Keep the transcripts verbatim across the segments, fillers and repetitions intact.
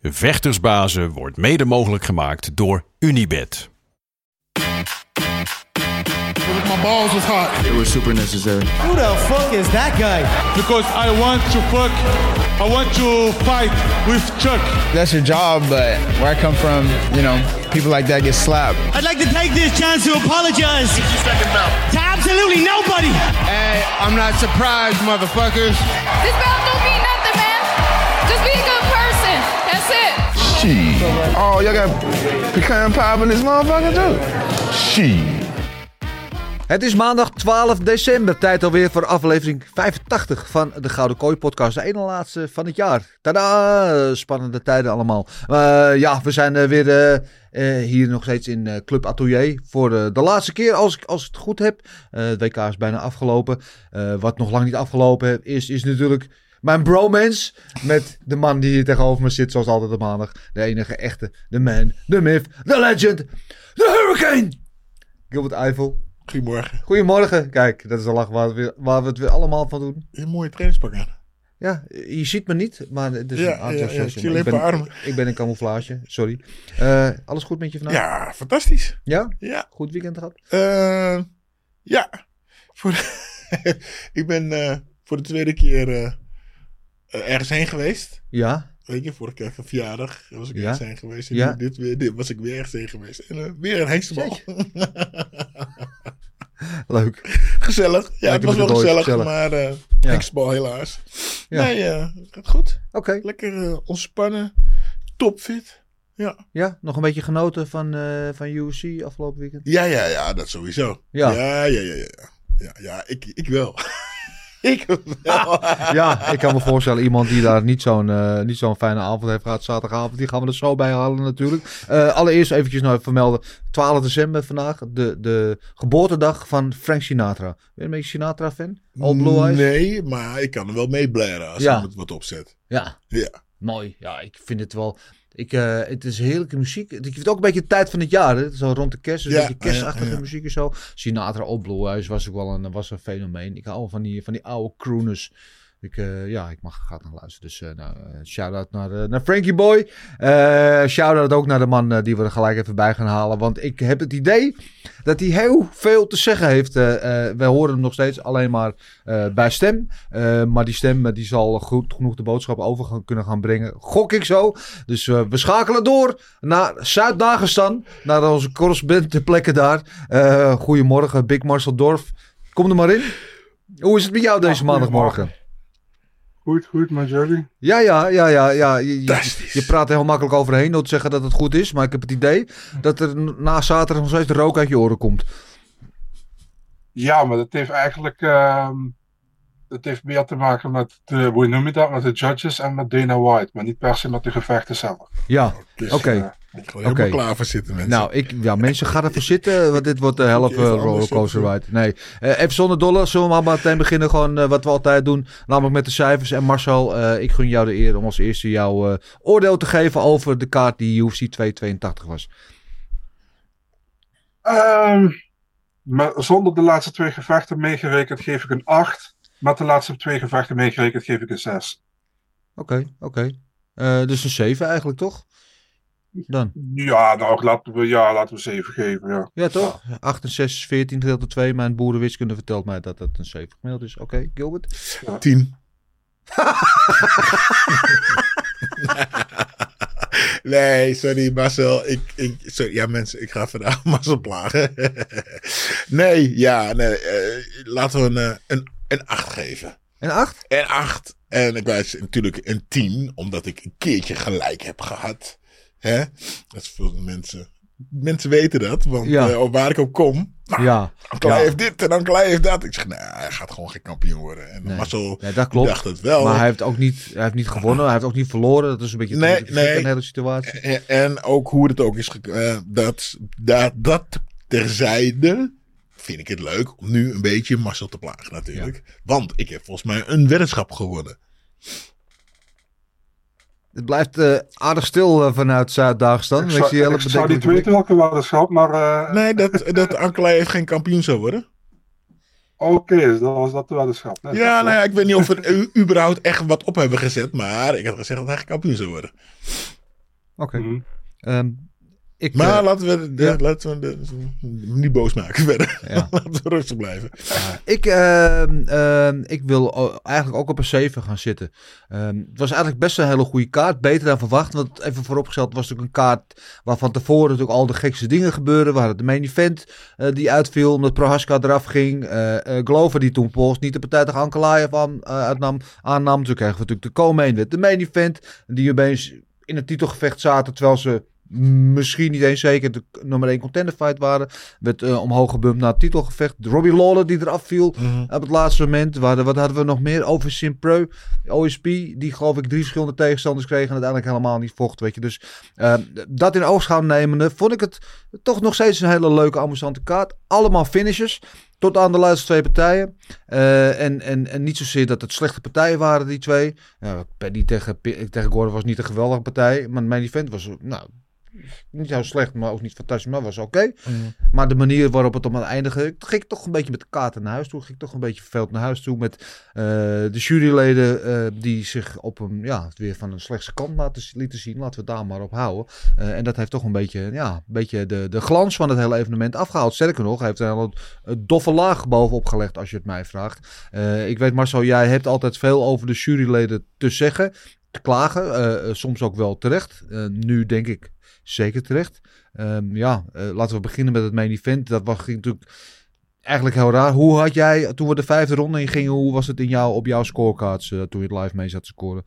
Vechtersbazen wordt mede mogelijk gemaakt door Unibet. My balls was hot. It was super necessary. Who the fuck is that guy? Because I want to fuck, I want to fight with Chuck. That's your job, but where I come from, you know, people like that get slapped. I'd like to take this chance to apologize to absolutely nobody. Hey, I'm not surprised, motherfuckers. This belt don't mean nothing, man. Just be a good person. That's it. Shit. Oh, y'all got pecan pie in this motherfucker too? Shit. Het is maandag twaalf december, tijd alweer voor aflevering vijfentachtig van de Gouden Kooi podcast. De ene laatste van het jaar. Tadaa! Spannende tijden allemaal. Uh, ja, we zijn uh, weer uh, uh, hier nog steeds in uh, Club Atelier voor uh, de laatste keer als ik, als ik het goed heb. Uh, het W K is bijna afgelopen. Uh, wat nog lang niet afgelopen is, is natuurlijk mijn bromance met de man die hier tegenover me zit, zoals altijd op maandag. De enige echte, de man, de myth, de legend, de hurricane! Gilbert Eiffel. Goedemorgen. Goedemorgen. Kijk, dat is de lach waar we, waar we het weer allemaal van doen. Een mooie trainingspak aan. Ja, je ziet me niet, maar het is ja, een aantal ja, ja, ik, ben, ben, armen. ik ben in camouflage, sorry. Uh, alles goed met je vandaag? Ja, fantastisch. Ja? Ja. Goed weekend gehad? Uh, ja. Voor de, ik ben uh, voor de tweede keer uh, ergens heen geweest. Ja. Weet je, vorige keer van verjaardag was ik ja. ergens heen geweest. En ja. nu dit weer, dit was ik weer ergens heen geweest. En uh, weer een heenstebal. Leuk. Gezellig. Ja, Lekker het was wel boys, gezellig, gezellig, maar uh, ja. heenstebal helaas. Ja. Nee, uh, het gaat goed. Oké. Okay. Lekker uh, ontspannen. Topfit. Ja. Ja, nog een beetje genoten van, uh, van U F C afgelopen weekend? Ja, ja, ja, dat sowieso. Ja, ja, ja, ja. Ja, ja, ja ik, ik wel. Ik wel. Ja, ik kan me voorstellen, iemand die daar niet zo'n, uh, niet zo'n fijne avond heeft gehad, zaterdagavond, die gaan we er zo bij halen natuurlijk. Uh, allereerst eventjes nog even vermelden, twaalf december vandaag, de, de geboortedag van Frank Sinatra. Ben je een beetje Sinatra-fan? All Blue Eyes? Nee, maar ik kan er wel mee blaren als ja. je het wat opzet. Ja. Ja, mooi. Ja, ik vind het wel... Ik, uh, het is heerlijke muziek. Ik vind het ook een beetje de tijd van het jaar. Hè? Zo rond de kerst. Dus ja, een beetje kerstachtige ja, ja. muziek en zo. Sinatra op Blue Eyes was ook wel een, was een fenomeen. Ik hou wel van die, van die oude crooners. Ik, uh, ja, ik mag graag naar luisteren. Dus uh, nou, uh, shout-out naar, uh, naar Frankie Boy. Uh, shout-out ook naar de man uh, die we er gelijk even bij gaan halen. Want ik heb het idee dat hij heel veel te zeggen heeft. Uh, uh, wij horen hem nog steeds alleen maar uh, bij stem. Uh, maar die stem uh, die zal goed genoeg de boodschap over gaan, kunnen gaan brengen. Gok ik zo. Dus uh, we schakelen door naar Zuid-Dagestan. Naar onze correspondent ter plekke daar. Uh, goedemorgen, Big Marcel Dorf. Kom er maar in. Hoe is het met jou deze Ach, maandagmorgen? Goed, goed, met jullie? Ja, ja, ja, ja. ja. Je, je, je praat er heel makkelijk overheen door te zeggen dat het goed is. Maar ik heb het idee dat er na zaterdag nog steeds de rook uit je oren komt. Ja, maar dat heeft eigenlijk... Uh, dat heeft meer te maken met de, hoe noem je dat? Met de judges en met Dana White. Maar niet per se met de gevechten zelf. Ja, oké. Okay. Uh, ik ga er helemaal okay. klaar voor zitten, mensen. Nou, ik, ja, mensen gaan ervoor zitten, want dit wordt de helft uh, rollercoaster ride. Nee, uh, even zonder dolle, zullen we maar meteen beginnen gewoon uh, wat we altijd doen. Namelijk met de cijfers. En Marcel, uh, ik gun jou de eer om als eerste jouw uh, oordeel te geven over de kaart die U F C tweehonderdtweeëntachtig was. Um, maar zonder de laatste twee gevechten meegerekend geef ik een acht. Met de laatste twee gevechten meegerekend geef ik een zes. Oké, okay, oké. Okay. Uh, dus een zeven eigenlijk, toch? Dan. Ja, nou, laten we, ja, laten we zeven geven, ja. Ja, toch? Ja. acht en zes, veertien gedeeld door twee. Mijn boerenwiskunde vertelt mij dat dat een zeven gemiddeld is. Oké, okay, Gilbert? Ja. tien. Nee, sorry Marcel. Ik, ik, sorry, ja mensen, ik ga vandaag Marcel plagen. Nee, ja, nee. Uh, laten we een, een, een acht geven. Een acht? Een acht. En ik wijs natuurlijk een tien, omdat ik een keertje gelijk heb gehad. Hè? Dat is veel mensen. Mensen weten dat, want ja. uh, waar ik op kom. Nou, ja. Anklai ja. heeft dit en Anklai heeft dat. Ik zeg, nou, hij gaat gewoon geen kampioen worden. En nee. Marcel ja, dat klopt. dacht het wel. Maar hij heeft ook niet, hij heeft niet gewonnen. Hij heeft ook niet verloren. Dat is een beetje nee, nee. een hele situatie. En, en ook hoe het ook is, uh, dat, dat, dat terzijde vind ik het leuk om nu een beetje Marcel te plagen natuurlijk. Ja. Want ik heb volgens mij een weddenschap gewonnen. Het blijft uh, aardig stil uh, vanuit Zuid-Dagestan. Ik zou, ik, ik zou niet weten welke weddenschap, maar... Uh... Nee, dat, dat Anklai heeft geen kampioen zou worden. Oké, okay, dus dat was dat de weddenschap. Nee, ja, nou ja, ik weet niet of we u, überhaupt echt wat op hebben gezet, maar ik had gezegd dat hij geen kampioen zou worden. Oké. Mhm. Um, ik, Maar uh, laten we, de, ja. laten we de, niet boos maken verder. Ja. Laten we rustig blijven. Ik, uh, uh, ik wil eigenlijk ook op een zeven gaan zitten. Um, het was eigenlijk best een hele goede kaart. Beter dan verwacht. Want even vooropgesteld was natuurlijk een kaart waar van tevoren natuurlijk al de gekste dingen gebeuren. We hadden de main event uh, die uitviel omdat Prohaska eraf ging. Uh, uh, Glover die toen Pols niet de partij tegen Ankalaev aan, uh, uitnam, aannam. Toen kregen we natuurlijk de co-main met de main event. Die opeens in het titelgevecht zaten terwijl ze misschien niet eens zeker de nummer één contender fight waren. Werd uh, omhoog gebumpt naar het titelgevecht. Robbie Lawler die eraf viel mm-hmm. op het laatste moment. Wat hadden we nog meer? Over Simpreu, O S P, die geloof ik drie verschillende tegenstanders kregen en uiteindelijk helemaal niet vocht. Weet je. Dus uh, dat in oogschouw nemende vond ik het toch nog steeds een hele leuke, amusante kaart. Allemaal finishes. Tot aan de laatste twee partijen. Uh, en, en, en niet zozeer dat het slechte partijen waren, die twee. Ja, Paddy tegen, tegen Gordon was niet een geweldige partij. Maar mijn event was nou, niet zo slecht, maar ook niet fantastisch. Maar was oké. Okay. Mm. Maar de manier waarop het om het eindigde, ging ik toch een beetje met de kaarten naar huis toe. Ging ik toch een beetje verveeld naar huis toe. Met uh, de juryleden uh, die zich op een, ja, weer van een slechtste kant laten, lieten zien. Laten we daar maar op houden. Uh, en dat heeft toch een beetje, ja, een beetje de, de glans van het hele evenement afgehaald. Sterker nog, hij heeft er een, een doffe laag bovenop gelegd, als je het mij vraagt. Uh, ik weet, Marcel, jij hebt altijd veel over de juryleden te zeggen, te klagen. Uh, uh, soms ook wel terecht. Uh, nu denk ik zeker terecht. Um, ja, uh, laten we beginnen met het main event. Dat was natuurlijk eigenlijk heel raar. Hoe had jij, toen we de vijfde ronde in gingen, hoe was het in jou, op jouw scorecards uh, toen je het live mee zat te scoren?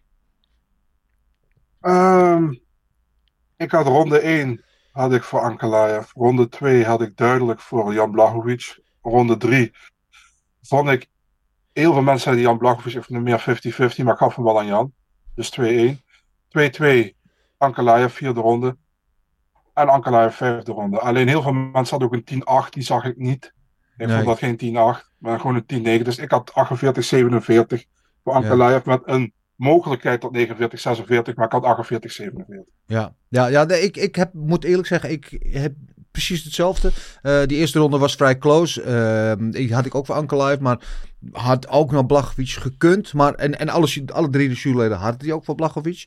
Um, ik had ronde één had ik voor Ankalaev. Ronde twee had ik duidelijk voor Jan Blachowicz. Ronde drie vond ik, heel veel mensen zeiden Jan Blachowicz heeft nog meer vijftig vijftig, maar ik gaf hem wel aan Jan. Dus twee één. twee twee Ankalaev vierde ronde. En Ankalaev vijfde ronde. Alleen heel veel mensen hadden ook een tien acht. Die zag ik niet. Ik nee. vond dat geen tien acht. Maar gewoon een tien negen. Dus ik had achtenveertig zevenenveertig voor Ankalaev. Ja. Met een mogelijkheid tot negenenveertig zesenveertig. Maar ik had achtenveertig zevenenveertig. Ja, ja, ja nee, ik, ik heb, moet eerlijk zeggen. Ik heb precies hetzelfde. Uh, die eerste ronde was vrij close. Uh, die had ik ook voor Ankalaev. Maar had ook nog Blachowicz gekund. Maar, en en alle, alle drie de juryleden hadden die ook voor Blachowicz.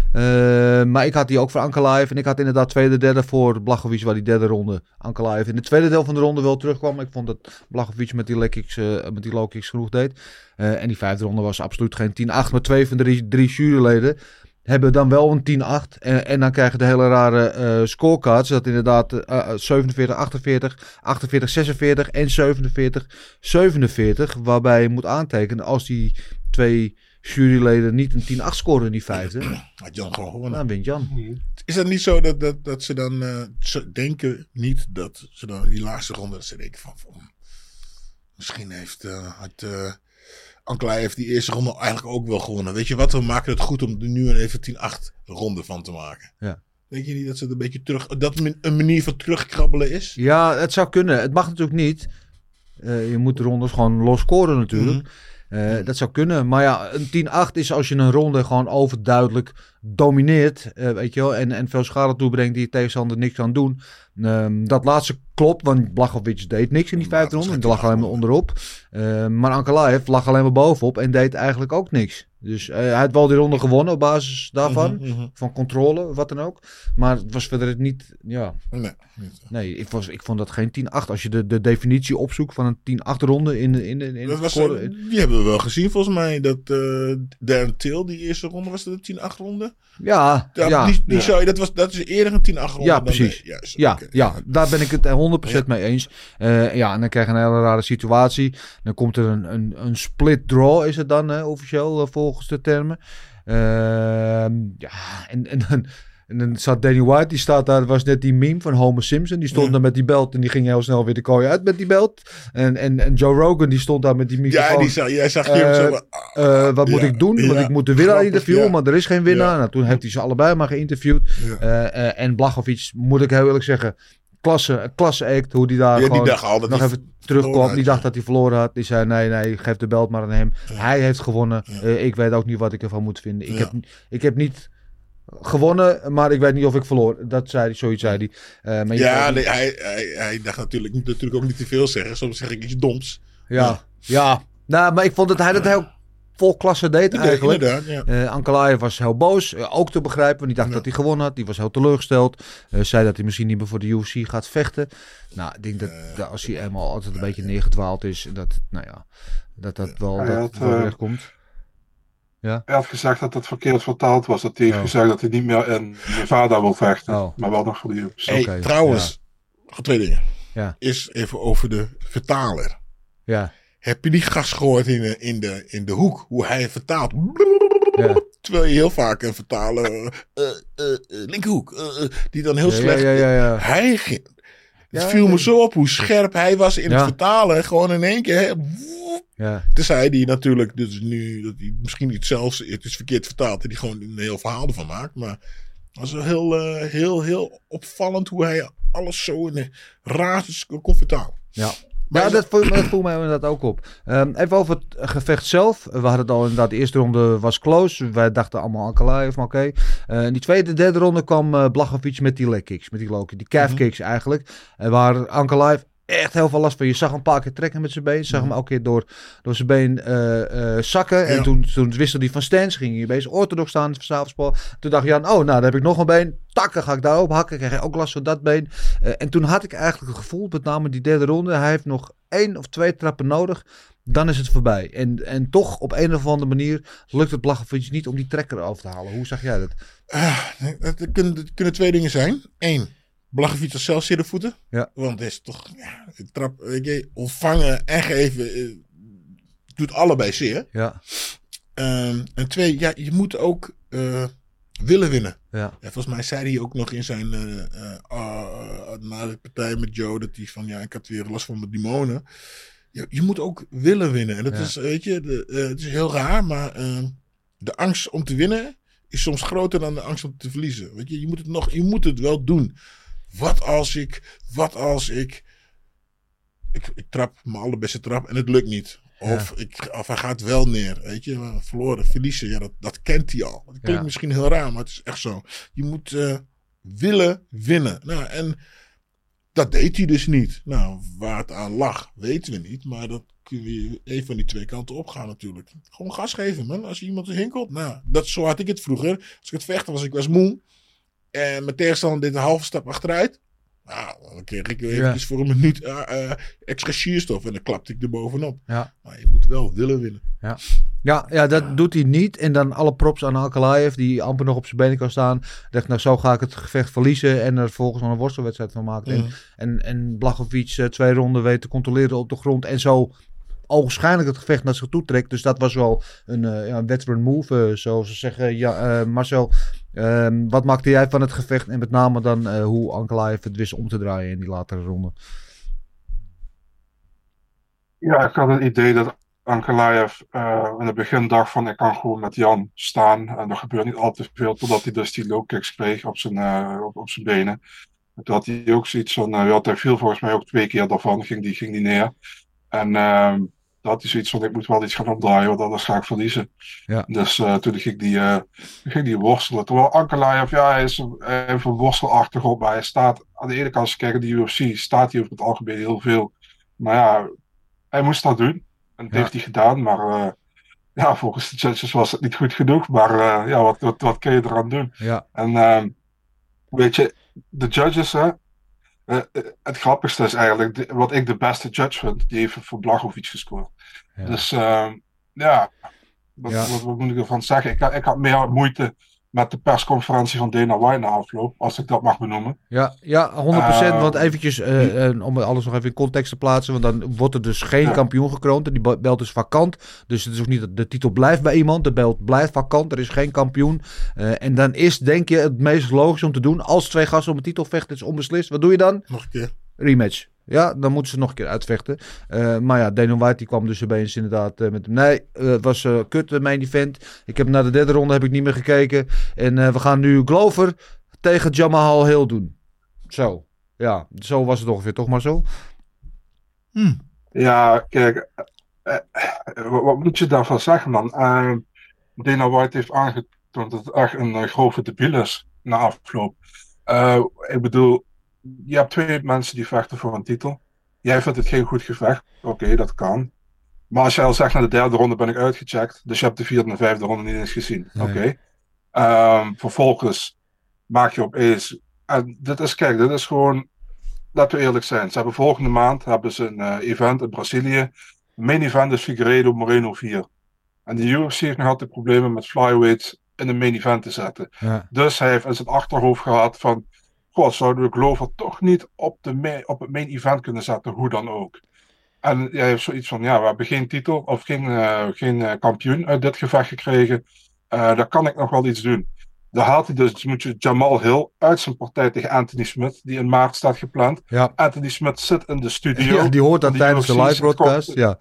Uh, maar ik had die ook voor Ankalaev. En ik had inderdaad tweede, derde voor Blachowicz. Waar die derde ronde Ankalaev in de tweede deel van de ronde wel terugkwam. Ik vond dat Blachowicz met die low kicks, uh, met die low kicks genoeg deed. Uh, en die vijfde ronde was absoluut geen tien acht. Maar twee van de drie, drie juryleden hebben dan wel een tien acht. En, en dan krijgen de hele rare uh, scorecards. Dat inderdaad uh, zevenenveertig achtenveertig, achtenveertig zesenveertig en zevenenveertig zevenenveertig. Waarbij je moet aantekenen als die twee juryleden niet een tien acht scoren in die vijfde. Had Jan gewoon gewonnen. Dan wint Jan. Is dat niet zo dat, dat, dat ze dan uh, ze denken niet dat ze dan in die laatste ronde dat ze denken van, van misschien heeft uh, had uh, Ankalaev heeft die eerste ronde eigenlijk ook wel gewonnen. Weet je wat, we maken het goed om er nu een even tien acht ronde van te maken. Ja. Denk je niet dat ze het een beetje terug, dat een manier van terugkrabbelen is? Ja, het zou kunnen. Het mag natuurlijk niet. Uh, je moet de rondes gewoon los scoren natuurlijk. Mm-hmm. Uh, dat zou kunnen. Maar ja, een tien acht is als je een ronde gewoon overduidelijk domineert. Uh, weet je wel. En, en veel schade toebrengt die je tegenstander niks kan doen. Um, dat laatste klopt. Want Blachowicz deed niks in die vijfde ronde. Die lag alleen maar onderop. Uh, maar Ankalaev lag alleen maar bovenop. En deed eigenlijk ook niks. Dus uh, hij had wel die ronde gewonnen op basis daarvan. Mm-hmm, mm-hmm. Van controle, wat dan ook. Maar het was verder niet... Ja. Nee, niet. nee ik, was, ik vond dat geen tien acht. Als je de, de definitie opzoekt van een tien acht ronde in, in, in, in dat was, score, die hebben we wel gezien volgens mij. Dat uh, Darren Till, die eerste ronde, was dat een tien acht ronde? Ja. ja, ja, die, die ja. Zou je, dat, was, dat is eerder een tien acht ronde. Ja, dan precies. De, juist, ja, okay. ja, daar ben ik het honderd procent ja. mee eens. Uh, ja, en dan krijg je een hele rare situatie. Dan komt er een, een, een split draw, is het dan uh, officieel uh, volgens de termen. Uh, ja, en, en, en, en dan staat Danny White, die staat daar, was net die meme van Homer Simpson, die stond ja. daar met die belt en die ging heel snel weer de kooi uit met die belt. En, en, en Joe Rogan, die stond daar met die microfoon. Ja, die zag, jij zag uh, zo, uh, wat moet ja, ik doen? ja, Want ik moet de winnaar interviewen, ja. maar er is geen winnaar. Ja. Nou, toen heeft hij ze allebei maar geïnterviewd. Ja. Uh, uh, en Blachowicz, moet ik heel eerlijk zeggen, klasse, klasse act, hoe die daar ja, gewoon die dacht al dat nog die even terugkwam. had, die dacht ja. dat hij verloren had. Die zei, nee, nee, geef de belt maar aan hem. Ja. Hij heeft gewonnen. Ja. Uh, ik weet ook niet wat ik ervan moet vinden. Ik, Ja. heb, ik heb niet gewonnen, maar ik weet niet of ik verloor. Dat zei hij, zoiets zei hij. Uh, maar ja, niet... nee, hij, hij, hij dacht natuurlijk, natuurlijk ook niet te veel zeggen. Soms zeg ik iets doms. Ja, ja. ja. Nou, maar ik vond dat hij dat heel vol klasse deed Ja, eigenlijk. inderdaad, ja. Uh, Ankalaev was heel boos, uh, ook te begrijpen, want die dacht Ja. dat hij gewonnen had. Die was heel teleurgesteld. Uh, zei dat hij misschien niet meer voor de U F C gaat vechten. Nou, ik denk dat, Uh, dat als hij eenmaal altijd een uh, beetje neergedwaald is, dat nou ja, dat dat wel, Hij dat had, wel uh, recht komt. Ja. Hij had gezegd dat het verkeerd vertaald was. Dat hij heeft Oh. gezegd dat hij niet meer in Nevada wil vechten. Oh. Maar wel nog voor de U F C. Hey, Oké, trouwens, nog twee dingen. Ja. Is even over de vertaler. Ja. Heb je die gast gehoord in de, in de, in de hoek? Hoe hij vertaalt. Ja. Terwijl je heel vaak een vertaler, uh, uh, uh, linkerhoek, uh, uh, die dan heel Ja, slecht... ja, ja, ja. Hij ging... Het Ja, viel me nee. zo op hoe scherp hij was in Ja. het vertalen. Gewoon in één keer... Hè, Ja. tenzij hij natuurlijk, dus nu, dat hij misschien niet zelfs, het is verkeerd vertaald, en die gewoon een heel verhaal ervan maakt. Maar het was wel heel, uh, heel, heel opvallend hoe hij alles zo in de raars kon vertalen. Ja. Maar Ja, is dat voel, dat voel mij inderdaad ook op. Um, even over het gevecht zelf. We hadden het al inderdaad, de eerste ronde was close. Wij dachten allemaal Ankalaev, maar oké. Okay. Uh, in die tweede, derde ronde kwam uh, Blachowicz met die leg kicks, met die low kick, die calf kicks mm-hmm. eigenlijk. Uh, waar Ankalaev echt heel veel last van. Je zag hem een paar keer trekken met zijn been. Je zag mm-hmm. hem elke keer door, door zijn been uh, uh, zakken. Ja. En toen, toen wisselde hij van stance. Ging hij bezig orthodox staan in het s'avondspel. Toen dacht Jan, oh nou, dan heb ik nog een been. Takken ga ik daarop hakken. Krijg ik ook last van dat been. Uh, en toen had ik eigenlijk het gevoel, met name die derde ronde, hij heeft nog één of twee trappen nodig. Dan is het voorbij. En, en toch, op een of andere manier, lukt het Blachowicz niet om die trekker over te halen. Hoe zag jij dat? Uh, het, kunnen, het kunnen twee dingen zijn. Eén. Blachowicz als zelf zitten voeten. Ja. Want het is toch... Ja, trap, weet je, ontvangen en geven uh, doet allebei zeer. Ja. Um, en twee, ja, je moet ook uh, willen winnen. Ja. Ja, volgens mij zei hij ook nog in zijn... Uh, uh, uh, na de partij met Joe, dat hij van... Ja, ik had weer last van mijn demonen. Je, je moet ook willen winnen. En dat ja. is, weet je... De, uh, het is heel raar, maar... Uh, de angst om te winnen is soms groter dan de angst om te verliezen. Weet je, je moet het nog... Je moet het wel doen. Wat als ik, wat als ik, ik, ik trap mijn allerbeste trap en het lukt niet. Of, ja. ik, of hij gaat wel neer, weet je. Verloren, verliezen, ja, dat, dat kent hij al. Dat klinkt ja. misschien heel raar, maar het is echt zo. Je moet uh, willen winnen. Nou, en dat deed hij dus niet. Nou, waar het aan lag, weten we niet. Maar dat kun je even van die twee kanten opgaan natuurlijk. Gewoon gas geven, man. Als je iemand hinkelt, nou, dat, zo had ik het vroeger. Als ik het vechten was, ik was moe. En mijn tegenstander deed een halve stap achteruit. Nou, dan kreeg ik even ja. voor een minuut uh, uh, extra zuurstof. En dan klapte ik er bovenop. Ja. Maar je moet wel willen winnen. Ja, ja, ja dat ja. doet hij niet. En dan alle props aan Ankalaev, die amper nog op zijn benen kan staan. Dacht, nou zo ga ik het gevecht verliezen. En er volgens nog een worstelwedstrijd van maken. Mm. En, en, en Blachowicz uh, twee ronden weet te controleren op de grond. En zo ogenschijnlijk het gevecht naar zich toe trekt. Dus dat was wel een, uh, ja, een veteran move, uh, zoals ze zeggen. Ja, uh, Marcel, uh, wat maakte jij van het gevecht? En met name dan uh, hoe Ankalaev het wist om te draaien in die latere ronde. Ja, ik had het idee dat Ankalaev uh, in het begin dacht van ik kan gewoon met Jan staan. En er gebeurt niet al te veel. Totdat hij dus die low kicks kreeg op zijn, uh, op, op zijn benen. Toen had hij ook zoiets van, uh, hij viel volgens mij ook twee keer daarvan. Ging die, ging die neer. En uh, dat had hij zoiets van, ik moet wel iets gaan opdraaien, want anders ga ik verliezen. Ja. Dus uh, toen ging die, uh, ging die worstelen. Terwijl Ankalaev, ja, hij is even een worstelachtergrond, maar hij staat, aan de ene kant, als je kijkt naar de U F C, staat hij over het algemeen heel veel. Maar ja, hij moest dat doen. En dat ja. heeft hij gedaan, maar uh, ja, volgens de judges was het niet goed genoeg. Maar uh, ja, wat, wat, wat kun je eraan doen? Ja. En uh, weet je, de judges, hè, Uh, het grappigste is eigenlijk, de, wat ik de beste judge vind, die heeft voor Blachowicz gescoord. Ja. Dus uh, ja, wat, ja. Wat, wat moet ik ervan zeggen? Ik, ik had meer moeite met de persconferentie van Dana White na afloop, als ik dat mag benoemen. Ja, ja honderd procent, uh, want eventjes, uh, uh, om alles nog even in context te plaatsen, want dan wordt er dus geen ja. kampioen gekroond en die belt is vakant. Dus het is ook niet dat de titel blijft bij iemand, de belt blijft vakant, er is geen kampioen. Uh, en dan is, denk je, het meest logisch om te doen, als twee gasten om een titel vechten, het is onbeslist. Wat doe je dan? Nog een keer. Rematch. Ja, dan moeten ze nog een keer uitvechten. Uh, maar ja, Dana White die kwam dus opeens inderdaad uh, met hem. Nee, uh, het was uh, kut, uh, mijn event. Ik heb naar de derde ronde heb ik niet meer gekeken. En uh, we gaan nu Glover tegen Jamahal Hill doen. Zo. Ja, zo was het ongeveer toch maar zo. Hm. Ja, kijk. Uh, uh, wat, wat moet je daarvan zeggen, man? Uh, Dana White heeft aangetoond dat het echt een uh, grove debiel is na afloop. Uh, ik bedoel, je hebt twee mensen die vechten voor een titel. Jij vindt het geen goed gevecht. Oké, okay, dat kan. Maar als jij al zegt, na de derde ronde ben ik uitgecheckt. Dus je hebt de vierde en de vijfde ronde niet eens gezien. Nee. Oké. Okay. Um, vervolgens maak je opeens... En dit is, kijk, dit is gewoon... Laten we eerlijk zijn. Ze hebben volgende maand hebben ze een uh, event in Brazilië. De main event is Figueiredo Moreno vier. En de U F C heeft nog altijd problemen met flyweights in een main event te zetten. Ja. Dus hij heeft in zijn achterhoofd gehad van... God, zouden we Glover toch niet op, de main, op het main event kunnen zetten, hoe dan ook. En hij heeft zoiets van, ja, we hebben geen titel of geen, uh, geen uh, kampioen uit dit gevecht gekregen. Uh, daar kan ik nog wel iets doen. Daar haalt hij dus, dus moet je Jamal Hill uit zijn partij tegen Anthony Smith, die in maart staat gepland. Ja. Anthony Smith zit in de studio. Ja, die hoort dat tijdens de live broadcast. Ja,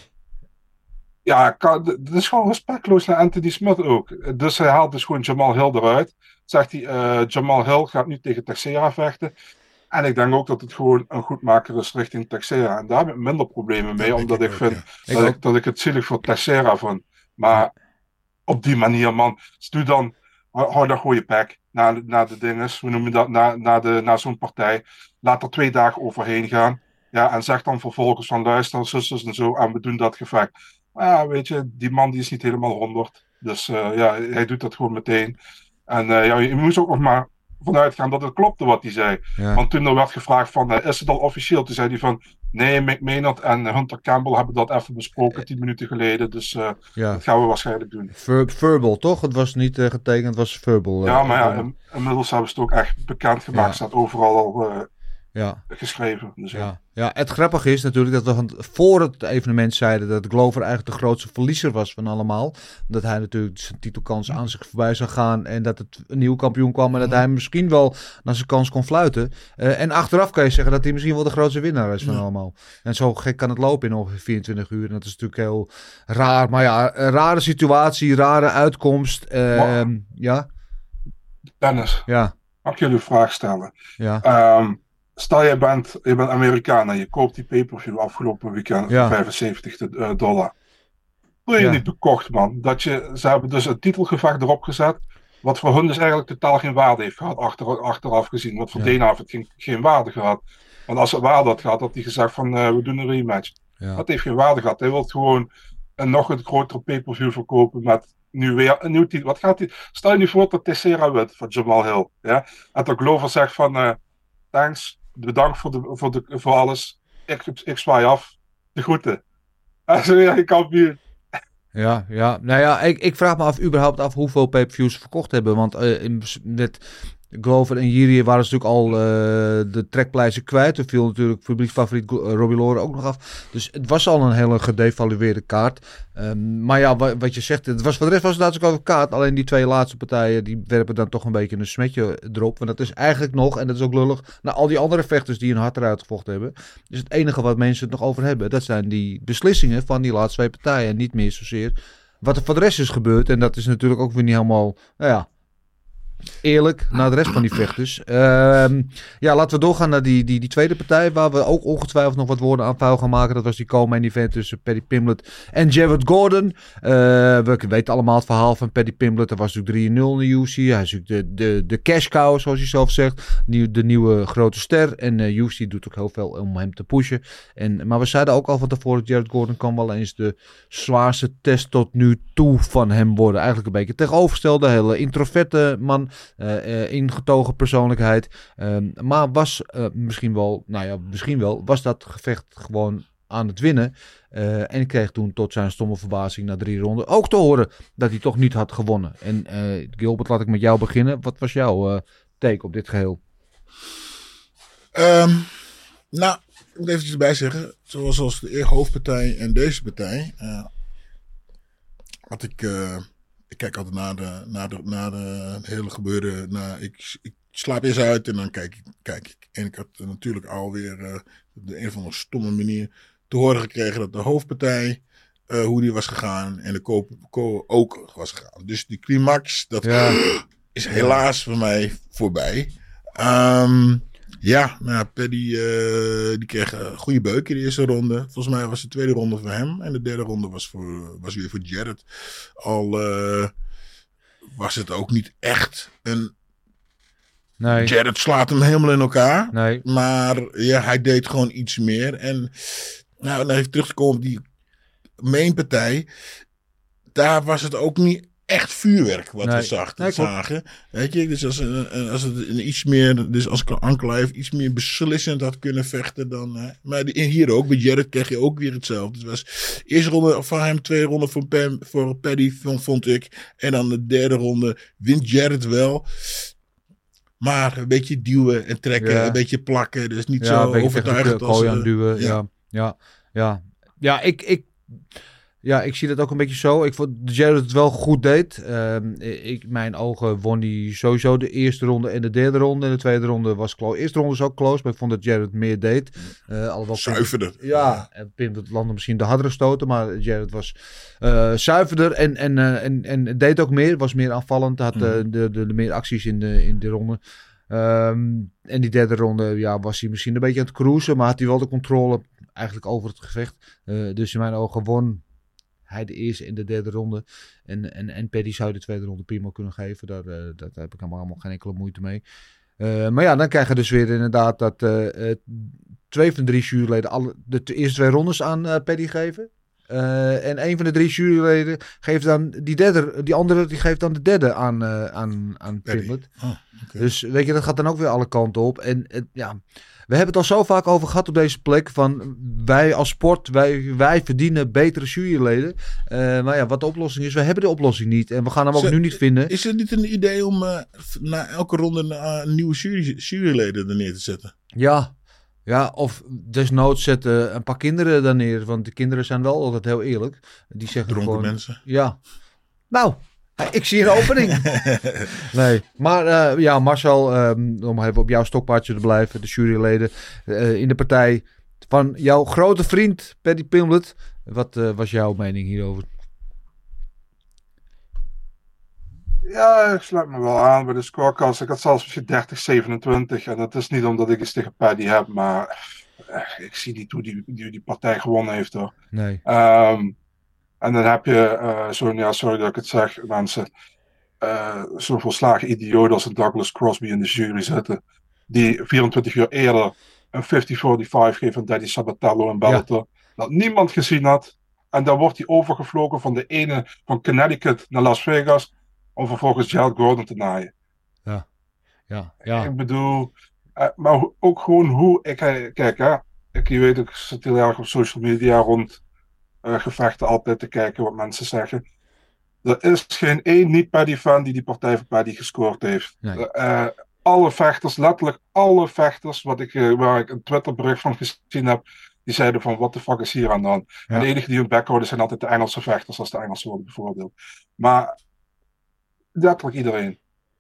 ja kan, dit is gewoon respectloos naar Anthony Smith ook. Dus hij haalt dus gewoon Jamal Hill eruit. Zegt hij, uh, Jamal Hill gaat nu tegen Teixeira vechten. En ik denk ook dat het gewoon een goedmaker is richting Teixeira. En daar heb ik minder problemen mee, omdat ik, ik vind ja. dat, ik, dat ik het zielig voor Teixeira vond. Maar op die manier, man. Dus doe dan, hou dan gewoon je pack naar, naar de dinges. Hoe noem je dat? Naar, naar, de, naar zo'n partij. Laat er twee dagen overheen gaan. Ja, en zeg dan vervolgens van luister, zusters en zo. En we doen dat gevecht. Maar ja, weet je, die man die is niet helemaal honderd. Dus uh, ja, hij doet dat gewoon meteen. En uh, ja, je moest ook nog maar vanuit gaan dat het klopte wat hij zei. Ja. Want toen er werd gevraagd van, uh, is het al officieel? Toen zei hij van, nee, Mick Maynard en Hunter Campbell hebben dat even besproken, tien minuten geleden. Dus uh, ja. dat gaan we waarschijnlijk doen. Ver, verbal, toch? Het was niet uh, getekend, het was verbal. Uh, ja, maar ja, in, inmiddels hebben ze het ook echt bekend gemaakt. Ja. Staat overal al uh, ja. geschreven. Dus, ja. Ja. Ja, het grappige is natuurlijk dat we van voor het evenement zeiden dat Glover eigenlijk de grootste verliezer was van allemaal. Dat hij natuurlijk zijn titelkans aan zich voorbij zou gaan en dat het een nieuwe kampioen kwam en dat hij misschien wel naar zijn kans kon fluiten. Uh, en achteraf kan je zeggen dat hij misschien wel de grootste winnaar is van ja. allemaal. En zo gek kan het lopen in ongeveer vierentwintig uur. En dat is natuurlijk heel raar. Maar ja, een rare situatie, rare uitkomst. Uh, maar, ja. Dennis, ja. mag ik jullie een vraag stellen? Ja. Um, Stel, je bent, je bent Amerikaan en je koopt die pay-per-view afgelopen weekend ja. voor vijfenzeventig dollar. Wil je ja. niet bekocht, man? Dat je, ze hebben dus een titelgevecht erop gezet, wat voor hun dus eigenlijk totaal geen waarde heeft gehad, achter, achteraf gezien. Wat voor ja. Dana heeft het geen, geen waarde gehad. Want als het waarde had gehad, had hij gezegd van, uh, we doen een rematch. Ja. Dat heeft geen waarde gehad. Hij wil gewoon een nog een grotere pay-per-view verkopen met nu weer een nieuw titel. Wat gaat hij? Stel je nu voor dat Teixeira wint van Jamal Hill. Ja? En dat Glover zegt van, uh, thanks. Bedankt voor, de, voor, de, voor alles. Ik, ik zwaai af. De groeten. Also, ja, ik kampioen. Ja, ja. Nou ja, ik, ik vraag me af überhaupt af hoeveel pay-per-views verkocht hebben. Want uh, in, met Glover en Jiri waren ze natuurlijk al uh, de trekpleizen kwijt. Er viel natuurlijk publieksfavoriet uh, Robbie Lawler ook nog af. Dus het was al een hele gedevalueerde kaart. Um, maar ja, wat, wat je zegt, het was, voor de rest was het natuurlijk ook een kaart. Alleen die twee laatste partijen, die werpen dan toch een beetje een smetje erop. Want dat is eigenlijk nog, en dat is ook lullig, naar al die andere vechters die een hart eruit gevochten hebben. Dus het enige wat mensen het nog over hebben, dat zijn die beslissingen van die laatste twee partijen. En niet meer zozeer wat er voor de rest is gebeurd. En dat is natuurlijk ook weer niet helemaal, nou ja, eerlijk naar de rest van die vechters. Uh, ja, laten we doorgaan naar die, die, die tweede partij, waar we ook ongetwijfeld nog wat woorden aan vuil gaan maken. Dat was die co-main event tussen Paddy Pimblett en Jared Gordon. Uh, we weten allemaal het verhaal van Paddy Pimblett. Er was natuurlijk drie nul in de U F C. Hij is natuurlijk de, de, de cash cow, zoals hij zelf zegt. Nieuw, de nieuwe grote ster. En uh, U F C doet ook heel veel om hem te pushen. En, maar we zeiden ook al van tevoren, Jared Gordon kan wel eens de zwaarste test tot nu toe van hem worden. Eigenlijk een beetje tegenovergestelde, hele introverte man. Uh, uh, ingetogen persoonlijkheid. Um, maar was uh, misschien wel, nou ja, misschien wel, was dat gevecht gewoon aan het winnen. Uh, en kreeg toen tot zijn stomme verbazing na drie ronden ook te horen dat hij toch niet had gewonnen. En uh, Gilbert, laat ik met jou beginnen. Wat was jouw uh, take op dit geheel? Um, nou, ik moet eventjes erbij zeggen, zoals als de hoofdpartij en deze partij, uh, had ik... Uh, Ik kijk altijd naar de, naar de, naar de hele gebeuren. Naar, ik, ik slaap eerst uit en dan kijk ik. Kijk ik. En ik had natuurlijk alweer uh, op de een of andere stomme manier te horen gekregen dat de hoofdpartij, uh, hoe die was gegaan. En de co, co ook was gegaan. Dus die climax, dat ja. is helaas voor mij voorbij. Um, ja, nou, Paddy uh, die kreeg een goede beuk in de eerste ronde. Volgens mij was de tweede ronde voor hem. En de derde ronde was, voor, was weer voor Jared. Al uh, was het ook niet echt een... Nee. Jared slaat hem helemaal in elkaar. Nee. Maar ja, hij deed gewoon iets meer. En nou, dan even terug te komen op die mainpartij, daar was het ook niet echt vuurwerk wat Nee. we zag, Nee, klopt. zagen. Weet je, dus als, uh, als het een iets meer, dus als Ankalaev iets meer beslissend had kunnen vechten dan, hè. Maar die, hier ook, bij Jarrett kreeg je ook weer hetzelfde. Het was eerste ronde van hem, tweede ronde voor, Pam, voor Paddy, vond, vond ik. En dan de derde ronde wint Jarrett wel. Maar een beetje duwen en trekken, Ja. een beetje plakken. Dus niet Ja, een zo beetje overtuigend tegen de als... kooi uh, aan duwen. ja. Ja, ja, ja. Ja, ik, ik, ja, ik zie dat ook een beetje zo. Ik vond dat Jarrett het wel goed deed. Um, ik, mijn ogen won hij sowieso de eerste ronde en de derde ronde. En de tweede ronde was close. De eerste ronde was ook close, maar ik vond dat Jarrett meer deed. Uh, alhoewel Zuiverder. Ja, en Pim dat landde misschien de hardere stoten, maar Jarrett was uh, zuiverder en, en, uh, en, en deed ook meer. Was meer aanvallend, had uh, de, de, de meer acties in de, in de ronde. Um, en die derde ronde ja, was hij misschien een beetje aan het cruisen, maar had hij wel de controle eigenlijk over het gevecht. Uh, dus in mijn ogen won hij de eerste en de derde ronde. En, en, en Paddy zou de tweede ronde prima kunnen geven. Daar, uh, daar heb ik helemaal geen enkele moeite mee. Uh, maar ja, dan krijg je dus weer inderdaad dat uh, uh, twee van de drie juryleden alle, de t- eerste twee rondes aan uh, Paddy geven. Uh, en een van de drie juryleden geeft dan die derde, die andere die geeft dan de derde aan, uh, aan, aan Pimblett. Oh, okay. Dus weet je, dat gaat dan ook weer alle kanten op. En uh, ja, we hebben het al zo vaak over gehad op deze plek. Van wij als sport, wij, wij verdienen betere juryleden. Uh, maar ja, wat de oplossing is, we hebben de oplossing niet. En we gaan hem ook Is nu niet vinden. Is het niet een idee om uh, na elke ronde uh, nieuwe jury, juryleden er neer te zetten? Ja. Ja, of desnoods zetten een paar kinderen daar neer. Want de kinderen zijn wel altijd heel eerlijk. Die zeggen Dronken gewoon... mensen. Ja. Nou, ik zie een opening. Nee, maar uh, ja, Marcel, um, om even op jouw stokpaardje te blijven. De juryleden uh, in de partij van jouw grote vriend Paddy Pimblett. Wat uh, was jouw mening hierover? Ja, ik sluit me wel aan bij de scorecast. Ik had zelfs misschien dertig zevenentwintig. En dat is niet omdat ik iets tegen Paddy heb, maar eh, ik zie niet hoe die, die, die partij gewonnen heeft hoor. Nee. Um, en dan heb je uh, zo'n, ja, sorry dat ik het zeg, mensen, uh, zo'n volslagen idioot als een Douglas Crosby in de jury zitten. Die vierentwintig uur eerder een vijftig vijfenveertig geeft aan Daddy Sabatello en Bellator. Ja. Dat niemand gezien had. En dan wordt hij overgevlogen van de ene van Connecticut naar Las Vegas. Om vervolgens Gerald Gordon te naaien. Ja, ja, ja. Ik bedoel, uh, maar ho- ook gewoon hoe ik, uh, kijk hè, ik, je weet, ik zit heel erg op social media rond uh, gevechten altijd te kijken wat mensen zeggen. Er is geen één niet-Paddy-fan die die partij voor Paddy gescoord heeft. Nee. Uh, alle vechters, letterlijk alle vechters, wat ik, uh, waar ik een Twitterbericht van gezien heb, die zeiden van, what the fuck is hier aan de hand? Ja. En de enige die hun bek houden zijn altijd de Engelse vechters, als de Engelsen worden bevoordeeld. Maar letterlijk iedereen.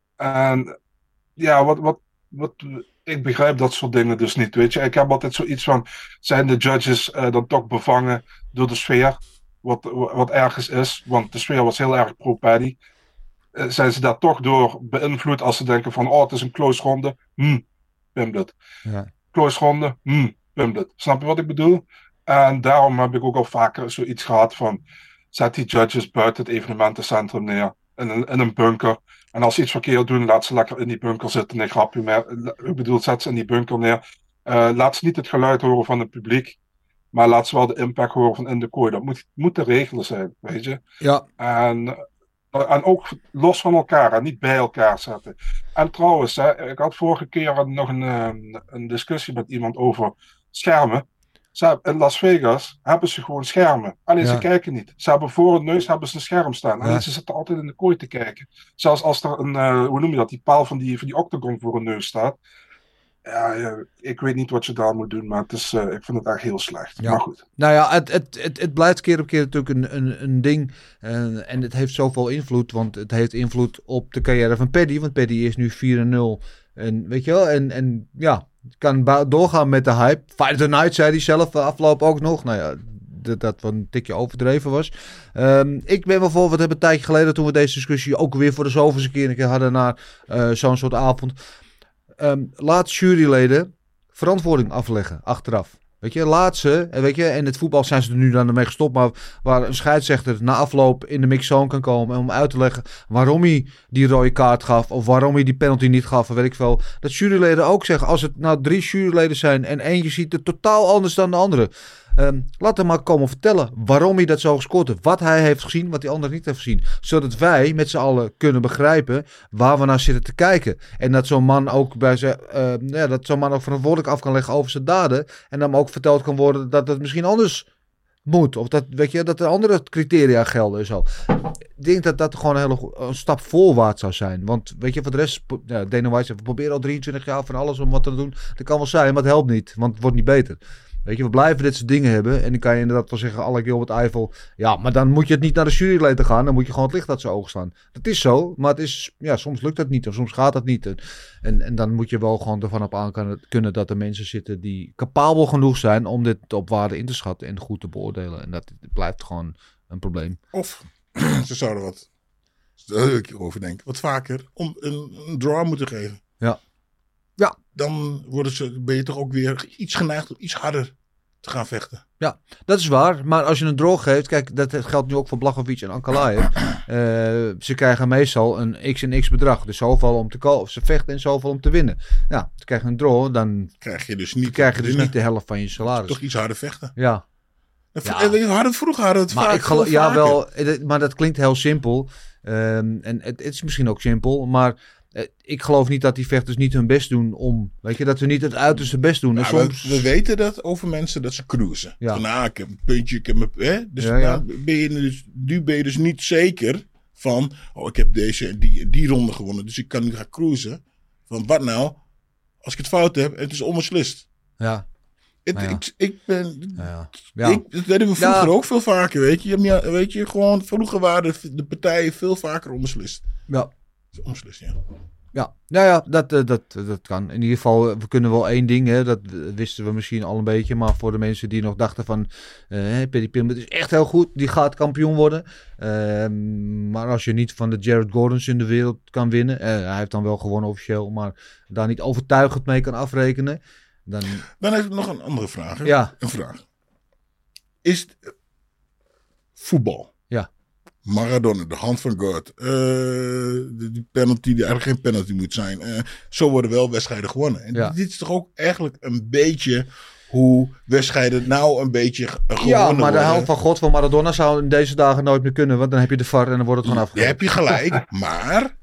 En ja, wat, wat, wat, ik begrijp dat soort dingen dus niet, weet je. Ik heb altijd zoiets van, zijn de judges uh, dan toch bevangen door de sfeer, wat, wat ergens is, want de sfeer was heel erg pro-Paddy. Uh, zijn ze daar toch door beïnvloed als ze denken van, oh, het is een close ronde, hm, Pimblett. Ja. Close ronde, hm, Pimblett. Snap je wat ik bedoel? En daarom heb ik ook al vaker zoiets gehad van, zet die judges buiten het evenementencentrum neer. In een, in een bunker. En als ze iets verkeerd doen, laat ze lekker in die bunker zitten. Nee, grapje meer. Ik bedoel, zet ze in die bunker neer. Uh, laat ze niet het geluid horen van het publiek. Maar laat ze wel de impact horen van in de kooi. Dat moet, moet de regelen zijn, weet je. Ja. En, en ook los van elkaar. En niet bij elkaar zetten. En trouwens, hè, ik had vorige keer nog een, een, een discussie met iemand over schermen. Ze, in Las Vegas hebben ze gewoon schermen. Alleen ja. ze kijken niet. Ze hebben voor hun neus hebben ze een scherm staan. Alleen ja. ze zitten altijd in de kooi te kijken. Zelfs als er een, uh, hoe noem je dat, die paal van die, van die octagon voor hun neus staat. Ja, ja, ik weet niet wat je daar moet doen, maar het is, uh, ik vind het echt heel slecht. Ja. Maar goed. Nou ja, het, het, het, het blijft keer op keer natuurlijk een, een, een ding. Uh, en het heeft zoveel invloed, want het heeft invloed op de carrière van Paddy. Want Paddy is nu vier en nul. En weet je wel, en, en ja... kan ba- doorgaan met de hype. Fight of the Night zei hij zelf afgelopen ook nog. Nou ja, dat, dat wat een tikje overdreven was. Um, ik ben wel voor, wat hebben een tijdje geleden toen we deze discussie ook weer voor de zoveelste keer een keer hadden naar uh, zo'n soort avond. Um, laat juryleden verantwoording afleggen achteraf. Weet je, laat ze, en weet je, en het voetbal zijn ze er nu dan ermee gestopt, maar waar een scheidsrechter na afloop in de mixzone kan komen om uit te leggen waarom hij die rode kaart gaf of waarom hij die penalty niet gaf, weet ik veel. Dat juryleden ook zeggen, als het nou drie juryleden zijn en eentje ziet het totaal anders dan de andere. Um, laat hem maar komen vertellen waarom hij dat zo gescoord heeft. Wat hij heeft gezien, wat die ander niet heeft gezien. Zodat wij met z'n allen kunnen begrijpen waar we naar zitten te kijken. En dat zo'n man ook bij zijn, uh, ja, dat zo'n man ook verantwoordelijk af kan leggen over zijn daden. En dan ook verteld kan worden dat het misschien anders moet. Of dat, weet je, dat er andere criteria gelden en zo. Ik denk dat dat gewoon een hele go- een stap voorwaarts zou zijn. Want weet je, voor de rest, ja, Dana White zegt, we proberen al drieëntwintig jaar van alles om wat te doen. Dat kan wel zijn, maar het helpt niet, want het wordt niet beter. Weet je, we blijven dit soort dingen hebben. En dan kan je inderdaad wel zeggen, alle Gilbert Eiffel. Ja, maar dan moet je het niet naar de jury laten gaan. Dan moet je gewoon het licht uit zijn ogen slaan. Dat is zo, maar het is, ja, soms lukt dat niet. Of soms gaat dat niet. En, en, en dan moet je wel gewoon ervan op aan kunnen, kunnen dat er mensen zitten die capabel genoeg zijn om dit op waarde in te schatten en goed te beoordelen. En dat blijft gewoon een probleem. Of ze zouden wat, daar wil ik hierover denken, wat vaker om een, een draw moeten geven. Ja. Ja. Dan worden ze, ben je toch ook weer iets geneigd om iets harder te gaan vechten. Ja, dat is waar. Maar als je een draw geeft, kijk, dat geldt nu ook voor Blachowicz en Ankalaev. Uh, ze krijgen meestal een x en x bedrag. Dus zoveel om te kopen, ze vechten en zoveel om te winnen. Ja, als je krijgt een draw, dan krijg je dus niet, krijg je dus niet de helft van je salaris. Toch iets harder vechten. Ja. Ja. We hadden het vroeger hadden het maar vaak, ik geloof, ja, vaker. wel, maar dat klinkt heel simpel. Um, en het, het is misschien ook simpel, maar uh, ik geloof niet dat die vechters niet hun best doen om, weet je, dat ze niet het uiterste best doen. En Ja, soms... we, we weten dat over mensen dat ze cruisen. Ja. Van, nou, ik heb een puntje, ik heb een, hè? Dus, Ja, ja. nou, ben je dus nu ben je dus niet zeker van, oh, ik heb deze en die, die ronde gewonnen, dus ik kan nu gaan cruisen. Van wat nou, als ik het fout heb en het is onbeslist. Ja. Het, Ja. ik, ik ben, Ja. Ja. ik, dat deden we vroeger Ja. ook veel vaker, weet je. Je hebt niet- Weet je, gewoon, vroeger waren de, de partijen veel vaker onbeslist. Ja. Onbeslist, ja. Ja, nou ja, dat, uh, dat, dat kan. In ieder geval, we kunnen wel één ding, hè, dat wisten we misschien al een beetje. Maar voor de mensen die nog dachten van, uh, Paddy Pimblett is echt heel goed, die gaat kampioen worden. Uh, maar als je niet van de Jared Gordons in de wereld kan winnen, uh, hij heeft dan wel gewonnen officieel, maar daar niet overtuigend mee kan afrekenen. Dan, Dan heb ik nog een andere vraag. Hè? Ja. Een vraag. Is het, uh, voetbal? Ja. Maradona, de hand van God. Uh, die, die penalty die eigenlijk geen penalty moet zijn. Uh, zo worden wel wedstrijden gewonnen. En Ja. dit is toch ook eigenlijk een beetje hoe wedstrijden nou een beetje ge- gewonnen ja, worden. maar de hand van God van Maradona zou in deze dagen nooit meer kunnen, want dan heb je de V A R en dan wordt het gewoon Daar afgegeven. heb je gelijk, maar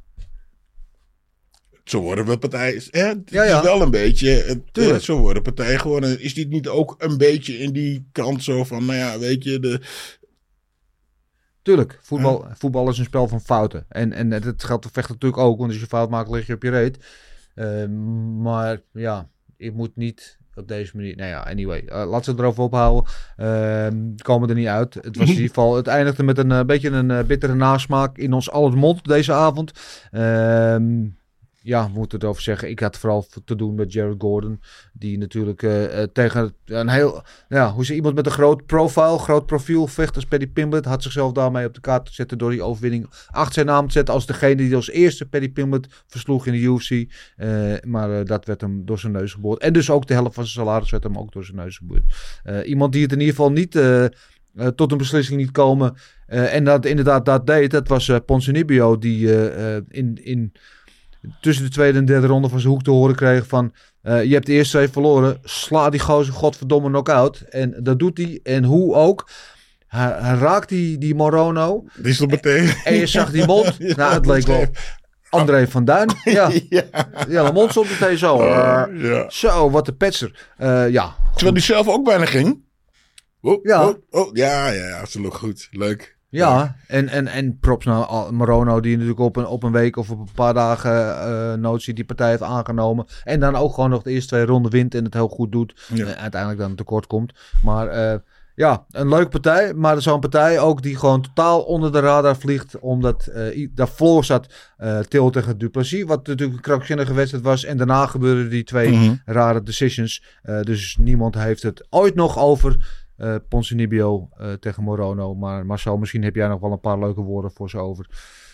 zo worden we partijen. Hè? Het Ja, ja. is wel een beetje. Het, Tuurlijk. eh, zo worden partijen gewonnen. Is dit niet ook een beetje in die kant zo van, nou ja, weet je, de. Tuurlijk, voetbal, voetbal is een spel van fouten. En, en dat geldt voor vechten natuurlijk ook, want als je fout maakt, lig je op je reet. Uh, maar ja, ik moet niet op deze manier. Nou ja, anyway, uh, laat ze erover ophouden. Uh, komen er niet uit. Het was in ieder geval, het eindigde met een uh, beetje een uh, bittere nasmaak in ons aller mond deze avond. Uh, Ja, we moeten het over zeggen. Ik had vooral te doen met Jared Gordon. Die natuurlijk uh, uh, tegen een heel... Ja, hoe ze iemand met een groot profile, groot profiel vecht als Paddy Pimblett. Had zichzelf daarmee op de kaart te zetten door die overwinning achter zijn naam te zetten. Als degene die als eerste Paddy Pimblett versloeg in de U F C. Uh, maar uh, dat werd hem door zijn neus geboord. En dus ook de helft van zijn salaris werd hem ook door zijn neus geboord. Uh, iemand die het in ieder geval niet... Uh, Uh, tot een beslissing niet komen. Uh, en dat inderdaad dat deed. Dat was uh, Ponzinibbio die uh, uh, in... in tussen de tweede en derde ronde van zijn hoek te horen kreeg van... Uh, je hebt de eerste twee verloren. Sla die gozer godverdomme knock-out. En dat doet hij. En hoe ook. Hij, hij raakt die, die Morono. Die is er meteen. En, en je zag die mond. Ja, nou, het leek wel André van Duin. Ja, ja. ja de mond stond meteen zo. Uh, ja. Zo, wat een petser. Uh, ja, terwijl die zelf ook bijna ging. Oh, ja. Oh, oh, ja, ja, ja, absoluut goed. Leuk. Ja, en, en, en props naar Morono die natuurlijk op een, op een week of op een paar dagen uh, notie die partij heeft aangenomen. En dan ook gewoon nog de eerste twee ronden wint en het heel goed doet. Ja. En uiteindelijk dan tekort komt. Maar uh, ja, een leuke partij. Maar zo'n partij ook die gewoon totaal onder de radar vliegt. Omdat uh, daarvoor zat uh, Till tegen Duplessis. Wat natuurlijk een krankzinnige wedstrijd was. En daarna gebeurden die twee mm-hmm. rare decisions. Uh, dus niemand heeft het ooit nog over... Uh, Ponzinibbio uh, tegen Morono. Maar Marcel, misschien heb jij nog wel een paar leuke woorden voor ze over.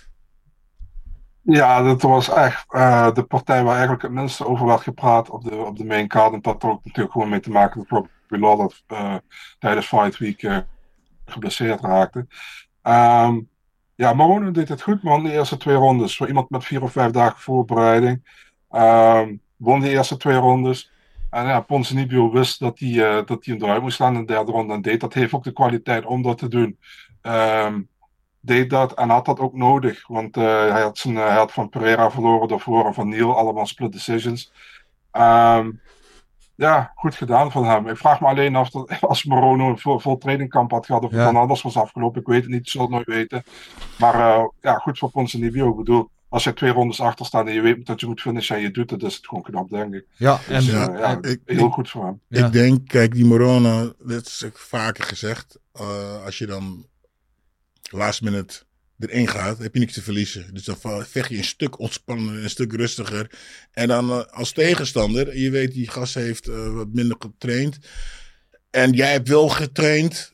Ja, dat was echt uh, de partij waar eigenlijk het minste over werd gepraat op de, op de main card. En dat had ook natuurlijk gewoon mee te maken dat Robbie Lawler uh, tijdens Fight Week uh, geblesseerd raakte. Um, ja, Morono deed het goed, man. De eerste twee rondes. Voor iemand met vier of vijf dagen voorbereiding. Um, won de eerste twee rondes. En ja, Ponzinibbio wist dat hij, uh, dat hij hem eruit moest slaan in de derde ronde en deed dat. Heeft ook de kwaliteit om dat te doen. Um, deed dat en had dat ook nodig. Want uh, hij, had zijn, uh, hij had van Pereira verloren daarvoor en van Neal, allemaal split decisions. Um, ja, goed gedaan van hem. Ik vraag me alleen af dat als Morono een vol, vol trainingkamp had gehad of het ja. dan anders was afgelopen. Ik weet het niet, ik zal het nooit weten. Maar uh, ja, goed voor Ponzinibbio. Ik bedoel, als je twee rondes achter staat en je weet dat je moet finishen en je doet het, is het gewoon knap, denk ik. Ja, en dus, uh, ja, ja ik, heel ik, goed voor hem. Ik ja. denk, kijk, die Morono, dat is ook vaker gezegd, uh, als je dan last minute erin gaat, heb je niks te verliezen. Dus dan vecht je een stuk ontspannender, een stuk rustiger. En dan uh, als tegenstander, je weet die gast heeft uh, wat minder getraind. En jij hebt wel getraind.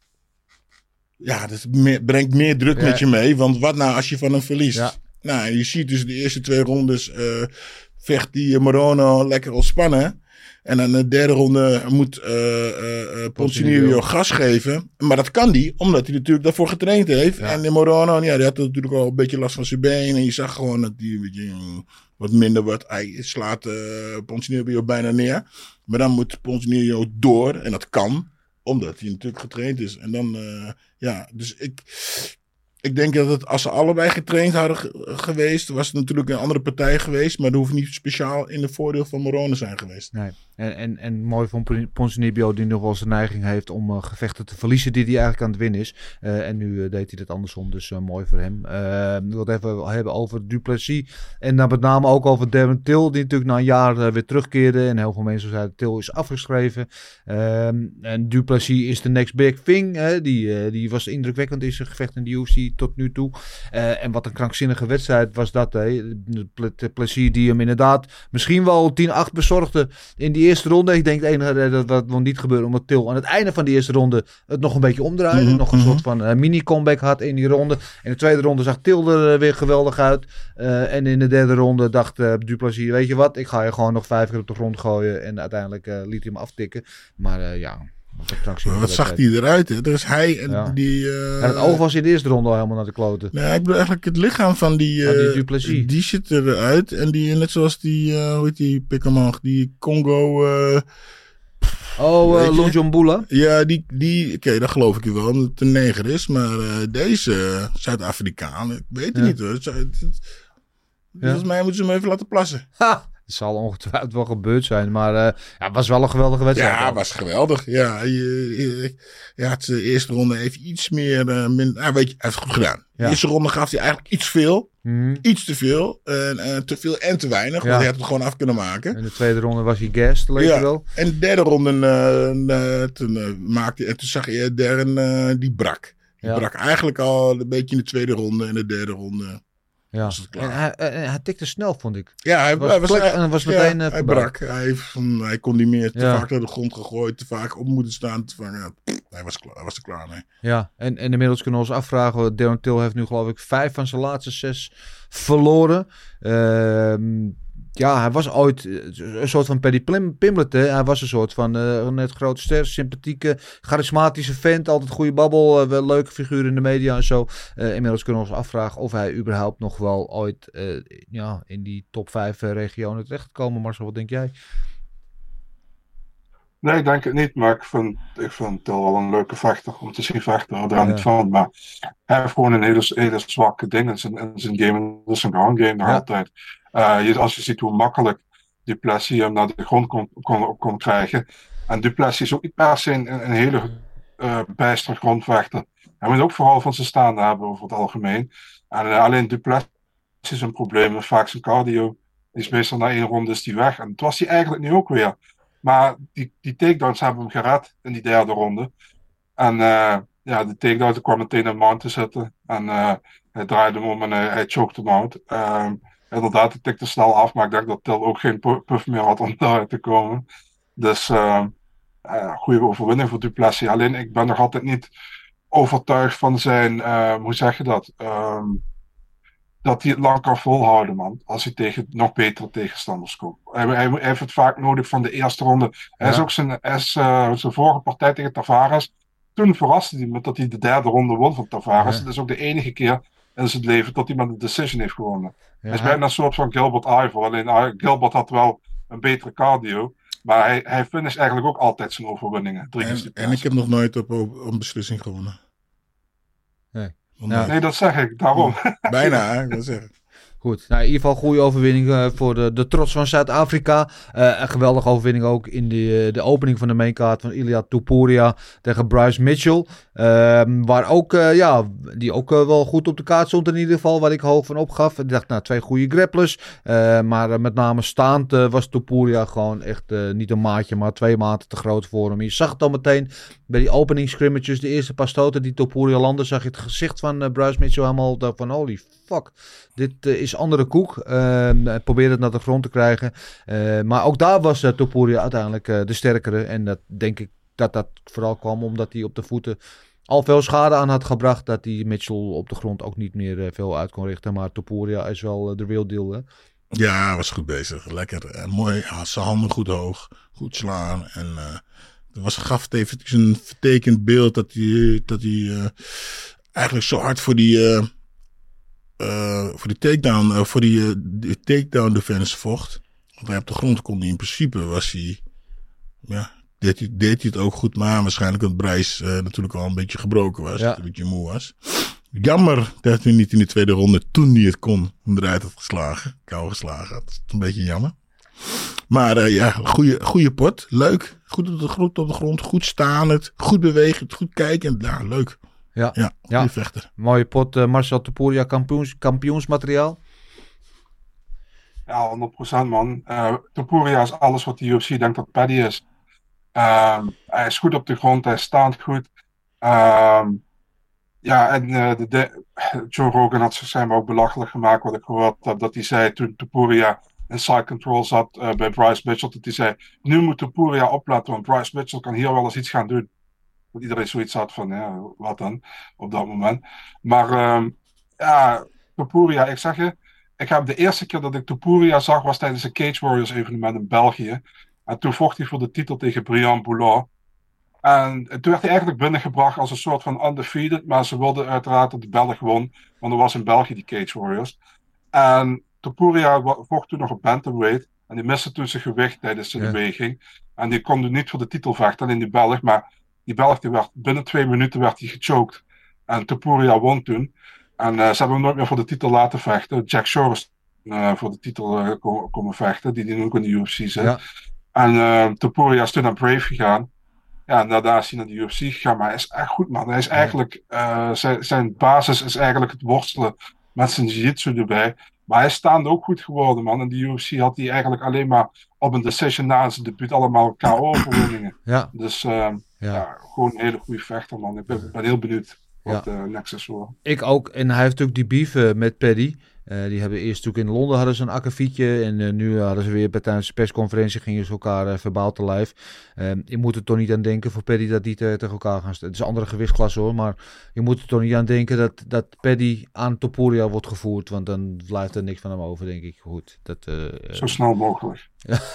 Ja, dat me- brengt meer druk ja. met je mee. Want wat nou als je van hem verliest? Ja. Nou, en je ziet dus de eerste twee rondes uh, vecht die uh, Morono lekker ontspannen. En dan de derde ronde moet uh, uh, Ponzinibbio gas geven. Maar dat kan die, omdat hij natuurlijk daarvoor getraind heeft. Ja. En de Morono, ja, die had natuurlijk al een beetje last van zijn been. En je zag gewoon dat hij een beetje wat minder wordt. Hij slaat uh, Ponzinibbio bijna neer. Maar dan moet Ponzinibbio door. En dat kan, omdat hij natuurlijk getraind is. En dan, uh, ja, dus ik... Ik denk dat het, als ze allebei getraind hadden ge- geweest, was het natuurlijk een andere partij geweest. Maar dat hoeft niet speciaal in de voordeel van Morono zijn geweest. Nee. En, en, en mooi van Ponzinibbio, die nog wel zijn neiging heeft om uh, gevechten te verliezen die hij eigenlijk aan het winnen is. Uh, en nu uh, deed hij dat andersom, dus uh, mooi voor hem. Uh, ik wil het even hebben over Du Plessis. En dan met name ook over Darren Till, die natuurlijk na een jaar uh, weer terugkeerde. En heel veel mensen zeiden, Till is afgeschreven. Uh, en Du Plessis is de next big thing. Hè? Die, uh, die was indrukwekkend in zijn gevecht in de U F C tot nu toe. Uh, en wat een krankzinnige wedstrijd was dat. Hè? De Plessis die hem inderdaad misschien wel tien acht bezorgde in die eerste ronde. Ik denk het enige dat dat nog niet gebeurde, omdat Till aan het einde van die eerste ronde het nog een beetje omdraaide. Mm-hmm. Nog een soort van uh, mini-comeback had in die ronde. In de tweede ronde zag Till er uh, weer geweldig uit. Uh, en in de derde ronde dacht uh, Du Plessis, weet je wat, ik ga je gewoon nog vijf keer op de grond gooien. En uiteindelijk uh, liet hij hem aftikken. Maar uh, ja... Maar wat zag hij eruit, hè? Er is hij en ja. die... Uh... Ja, het oog was in de eerste ronde al helemaal naar de kloten. Nee, ik bedoel eigenlijk het lichaam van die... Uh, ah, die Du Plessis. Die zit eruit. En die, net zoals die, uh, hoe heet die, Pikkerman, die Congo... Uh, oh, uh, Lonjombula? Ja, die, die oké, okay, dat geloof ik wel, omdat het een neger is. Maar uh, deze uh, Zuid-Afrikaan, ik weet het ja. niet hoor. Het, het, het, ja. Volgens mij moeten ze hem even laten plassen. Ha! Het zal ongetwijfeld wel gebeurd zijn, maar uh, ja, het was wel een geweldige wedstrijd. Ja, het was geweldig. Ja, je, je, je had de eerste ronde even iets meer... Uh, min, ah, weet je, hij heeft het goed gedaan. Ja. De eerste ronde gaf hij eigenlijk iets veel. Mm-hmm. Iets te veel. En, uh, te veel en te weinig. Ja. Want hij had het gewoon af kunnen maken. In de tweede ronde was hij gassed, leek ja. wel. En de derde ronde uh, uh, toen, uh, maakte, en toen zag je Darren uh, die brak. Die ja. brak eigenlijk al een beetje in de tweede ronde en de derde ronde... Ja, en hij, hij, hij tikte snel, vond ik. Ja, hij was, was, hij, en was meteen ja, uh, hij brak. Hij, hij kon niet meer te ja. vaak naar de grond gegooid, te vaak op moeten staan. Te vaak, ja, hij, was klaar, hij was er klaar mee. Ja, en, en inmiddels kunnen we ons afvragen. Darren Till heeft nu geloof ik vijf van zijn laatste zes verloren. Uh, Ja, hij was ooit een soort van Paddy Pimblett. Hè? Hij was een soort van uh, een net grote ster, sympathieke, charismatische vent. Altijd goede babbel, uh, wel leuke figuur in de media en zo. Uh, inmiddels kunnen we ons afvragen of hij überhaupt nog wel ooit uh, ja, in die top vijf uh, regionen terecht gaat komen. Marcel, wat denk jij? Nee, ik denk het niet, maar ik vind, ik vind Till wel een leuke vechter om te zien vechten. Daar ja. niet van, maar hij heeft gewoon een hele, hele zwakke ding in zijn, in zijn game. Dat is een ground game nog ja. altijd. Uh, je, als je ziet hoe makkelijk Du Plessis hem naar de grond kon, kon, kon krijgen. En Du Plessis is ook niet per se een, een hele uh, bijster grondvechter. Hij moet ook vooral van zijn staande hebben over het algemeen. En uh, alleen Du Plessis is een probleem met vaak zijn cardio. Die is meestal na één ronde is die weg. En dat was hij eigenlijk nu ook weer. Maar die, die takedowns hebben hem gered in die derde ronde. En uh, ja, de takedown kwam meteen in mount te zitten. En uh, hij draaide hem om en uh, hij choked hem out. Uh, inderdaad, hij tikte snel af. Maar ik denk dat Till ook geen puff meer had om daaruit te komen. Dus uh, uh, goede overwinning voor Du Plessis. Alleen ik ben nog altijd niet overtuigd van zijn, uh, hoe zeg je dat? Um, dat hij het lang kan volhouden, man. Als hij tegen nog betere tegenstanders komt. Hij, hij, hij heeft het vaak nodig van de eerste ronde. Hij ja. is ook zijn, is, uh, zijn vorige partij tegen Tavares. Toen verraste hij met dat hij de derde ronde won van Tavares. Ja. Dat is ook de enige keer in zijn leven dat hij met een decision heeft gewonnen. Ja. Hij is bijna een soort van Gilbert Ivor. Alleen uh, Gilbert had wel een betere cardio. Maar hij, hij finisht eigenlijk ook altijd zijn overwinningen. Drie En, en ik heb nog nooit op, op een beslissing gewonnen. Nee. Ja. Nee, dat zeg ik, daarom. Bijna, hè, ik wil zeggen. Goed, nou, in ieder geval goede overwinning uh, voor de, de trots van Zuid-Afrika. Uh, een geweldige overwinning ook in de, de opening van de maincard van Ilia Topuria tegen Bryce Mitchell. Uh, waar ook, uh, ja, die ook uh, wel goed op de kaart stond in ieder geval, waar ik hoog van opgaf. Ik dacht, nou, twee goede grapplers. Uh, maar uh, met name staand uh, was Topuria gewoon echt uh, niet een maatje, maar twee maten te groot voor hem. Je zag het al meteen bij die opening scrimmages, de eerste paar stoten die Topuria landde, zag je het gezicht van uh, Bryce Mitchell helemaal van holy fuck. Dit uh, is andere koek. Uh, probeerde het naar de grond te krijgen. Uh, maar ook daar was uh, Topuria uiteindelijk uh, de sterkere. En dat denk ik dat dat vooral kwam omdat hij op de voeten al veel schade aan had gebracht. Dat die Mitchell op de grond ook niet meer uh, veel uit kon richten. Maar Topuria is wel uh, de real deal. Hè? Ja, hij was goed bezig. Lekker. Uh, mooi. Had zijn handen goed hoog. Goed slaan. En uh, er was, gaf het even een vertekend beeld dat hij, dat hij uh, eigenlijk zo hard voor die... Uh, Uh, voor die takedown, uh, voor die, uh, die takedown defense vocht. Want hij op de grond kon hij in principe was hij, ja, deed hij, deed hij het ook goed, maar waarschijnlijk dat Bryce uh, natuurlijk al een beetje gebroken was, ja. Een beetje moe was. Jammer dat hij niet in de tweede ronde, toen hij het kon, hem eruit had geslagen, kou geslagen. Dat is een beetje jammer. Maar uh, ja, goede, goede pot, leuk, goed op de grond, op de grond, goed staan het, goed bewegen, goed kijken, ja, leuk. Ja, ja, ja. vechter. Mooie pot, uh, Marcel Topuria, kampioens, kampioensmateriaal. Ja, honderd procent man. Uh, Topuria is alles wat de U F C denkt dat Paddy is. Uh, hij is goed op de grond, hij staat goed. Uh, ja, en uh, de, de, Joe Rogan had zich schijnbaar ook belachelijk gemaakt, wat ik gehoord heb, dat hij zei toen Topuria in side control zat uh, bij Bryce Mitchell, dat hij zei, nu moet Topuria opletten, want Bryce Mitchell kan hier wel eens iets gaan doen. Dat iedereen zoiets had van, ja, wat dan, op dat moment. Maar, um, ja, Topuria, ik zeg je, ik heb de eerste keer dat ik Topuria zag, was tijdens een Cage Warriors evenement in België. En toen vocht hij voor de titel tegen Brian Boulard. En toen werd hij eigenlijk binnengebracht als een soort van undefeated, maar ze wilden uiteraard dat de Belg won, want er was in België die Cage Warriors. En Topuria vocht toen nog op bantamweight, en die miste toen zijn gewicht tijdens zijn ja. weging. En die kon dus niet voor de titel vechten, alleen die Belg, maar die Belg die werd, binnen twee minuten werd hij gechoked. En Topuria won toen. En uh, ze hebben hem nooit meer voor de titel laten vechten. Jack Shore is uh, voor de titel uh, komen, komen vechten, die nu ook in de U F C zit. Ja. En uh, Topuria is toen naar Brave gegaan. Ja, en daarna is hij naar de U F C gegaan. Maar hij is echt goed, man. Hij is eigenlijk, uh, zijn, zijn basis is eigenlijk het worstelen met zijn jiu-jitsu erbij. Maar hij is staande ook goed geworden, man. In de U F C had hij eigenlijk alleen maar op een decision na zijn debuut allemaal K O-overwinningen. Ja. Dus uh, ja. ja, gewoon een hele goede vechter, man. Ik ben, ben heel benieuwd wat ja. uh, Nexus wordt. Ik ook. En hij heeft natuurlijk die beef uh, met Paddy. Uh, die hebben eerst natuurlijk in Londen hadden ze een akkefietje. En uh, nu hadden ze weer bij tijdens de persconferentie gingen ze elkaar uh, verbaal te lijf. Uh, je moet er toch niet aan denken voor Paddy dat die te, tegen elkaar gaan staan. Het is een andere gewichtsklasse hoor. Maar je moet er toch niet aan denken dat, dat Paddy aan Topuria wordt gevoerd. Want dan blijft er niks van hem over, denk ik. Goed. Dat, uh, Zo snel mogelijk.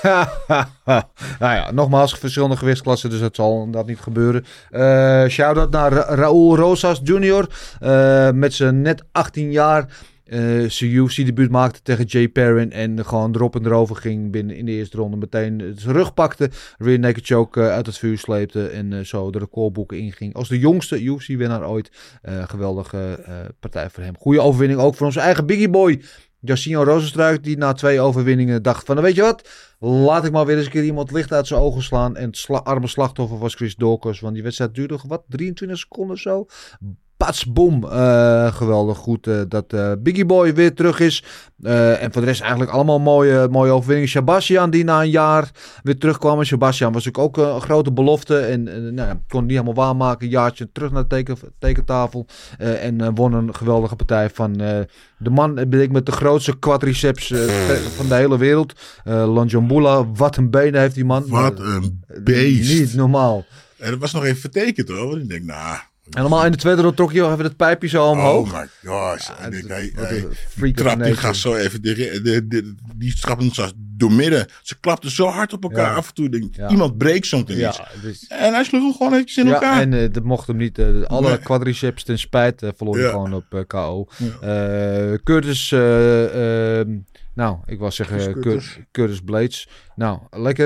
Nou ja, nogmaals, verschillende gewichtsklassen, dus dat zal inderdaad niet gebeuren. Uh, shout-out naar Ra- Raúl Rosas junior Uh, met zijn net achttien jaar. Uh, zijn U F C-debuut maakte tegen Jay Perrin en gewoon erop en erover ging binnen in de eerste ronde. Meteen zijn rug pakte, rear naked choke uh, uit het vuur sleepte en uh, zo de recordboeken inging. Als de jongste U F C-winnaar ooit. Uh, geweldige uh, partij voor hem. Goede overwinning ook voor onze eigen Biggie Boy. Jacinho Rozenstruik, die na twee overwinningen dacht van, weet je wat, laat ik maar weer eens een keer iemand licht uit zijn ogen slaan. En het sla- arme slachtoffer was Chris Dawkins, want die wedstrijd duurde, wat, drieëntwintig seconden of zo? Pats, boom. Uh, geweldig goed uh, dat uh, Biggie Boy weer terug is. Uh, en voor de rest eigenlijk allemaal mooie, mooie overwinningen. Sebastian die na een jaar weer terugkwam. En Sebastian was natuurlijk ook uh, een grote belofte. En uh, nou, kon het niet helemaal waarmaken. Een jaartje terug naar de teken, tekentafel. Uh, en uh, won een geweldige partij van uh, de man ben ik met de grootste quadriceps uh, van de hele wereld. Uh, Lonjambula. Wat een benen heeft die man. Wat een beest. Niet normaal. En dat was nog even vertekend hoor. Want ik denk, nou... Nah, en normaal in de tweede ronde trok je even het pijpje zo omhoog. Oh my gosh. Ja, ik denk, hij, het, hij, hij trap, die gaat zo even, de, de, de, die trappen zo doormidden. Ze klapten zo hard op elkaar. Ja. Af en toe denk ja. iemand breekt zometeen ja, iets. Dus... En hij sloeg hem gewoon eventjes in ja, elkaar. En uh, dat mocht hem niet. Uh, alle nee. quadriceps ten spijt uh, verloor hij ja. gewoon op uh, K O. Ja. Uh, Curtis, uh, uh, nou, ik wou zeggen Curtis. Curtis Blades. Nou, lekker.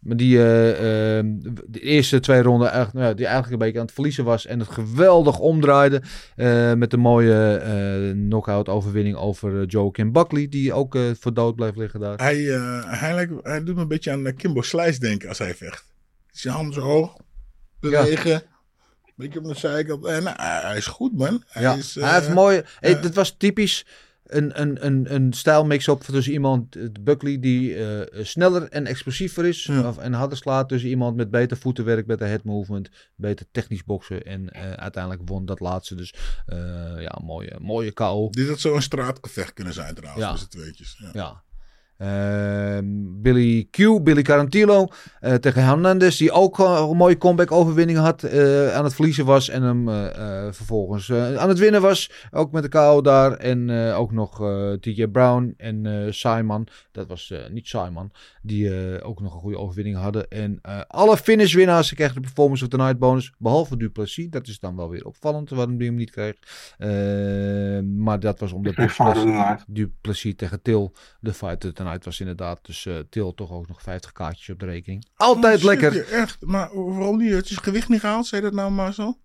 Maar die uh, uh, de eerste twee ronden echt, nou ja, die eigenlijk een beetje aan het verliezen was. En het geweldig omdraaide. Uh, met een mooie uh, knock-out overwinning over uh, Joaquin Buckley. Die ook uh, voor dood bleef liggen daar. Hij, uh, hij, lijkt, hij doet me een beetje aan Kimbo Slice denken als hij vecht. Zijn handen zo hoog. Bewegen. Ja. Beetje op de zijkant. En uh, hij is goed, man. Hij, ja, is, uh, hij heeft mooi. Hey, uh, dit was typisch een, een, een, een stijlmix-up tussen iemand, Buckley, die uh, sneller en explosiever is. Ja. Of, en harder slaat. Tussen iemand met beter voetenwerk, beter head movement, beter technisch boksen. En uh, uiteindelijk won dat laatste. Dus uh, ja, mooie, mooie K O. Dit had zo een straatgevecht kunnen zijn trouwens. Ja. Tussen tweetjes. Ja. ja. Uh, Billy Q, Billy Carantillo uh, tegen Hernandez, die ook uh, een mooie comeback overwinning had, uh, aan het verliezen was en hem uh, uh, vervolgens uh, aan het winnen was, ook met de K O daar en uh, ook nog uh, T J Brown en uh, Simon, dat was uh, niet Simon, die uh, ook nog een goede overwinning hadden en uh, alle finish winnaars kregen de Performance of the Night bonus, behalve Duplessis, dat is dan wel weer opvallend waarom die hem niet kreeg, uh, maar dat was omdat Duplessis, Duplessis tegen Till de fight of the night was inderdaad, dus uh, Til toch ook nog vijftig kaartjes op de rekening. Altijd oh, lekker. Je, echt, maar waarom niet? Het is gewicht niet gehaald, zei dat nou maar zo?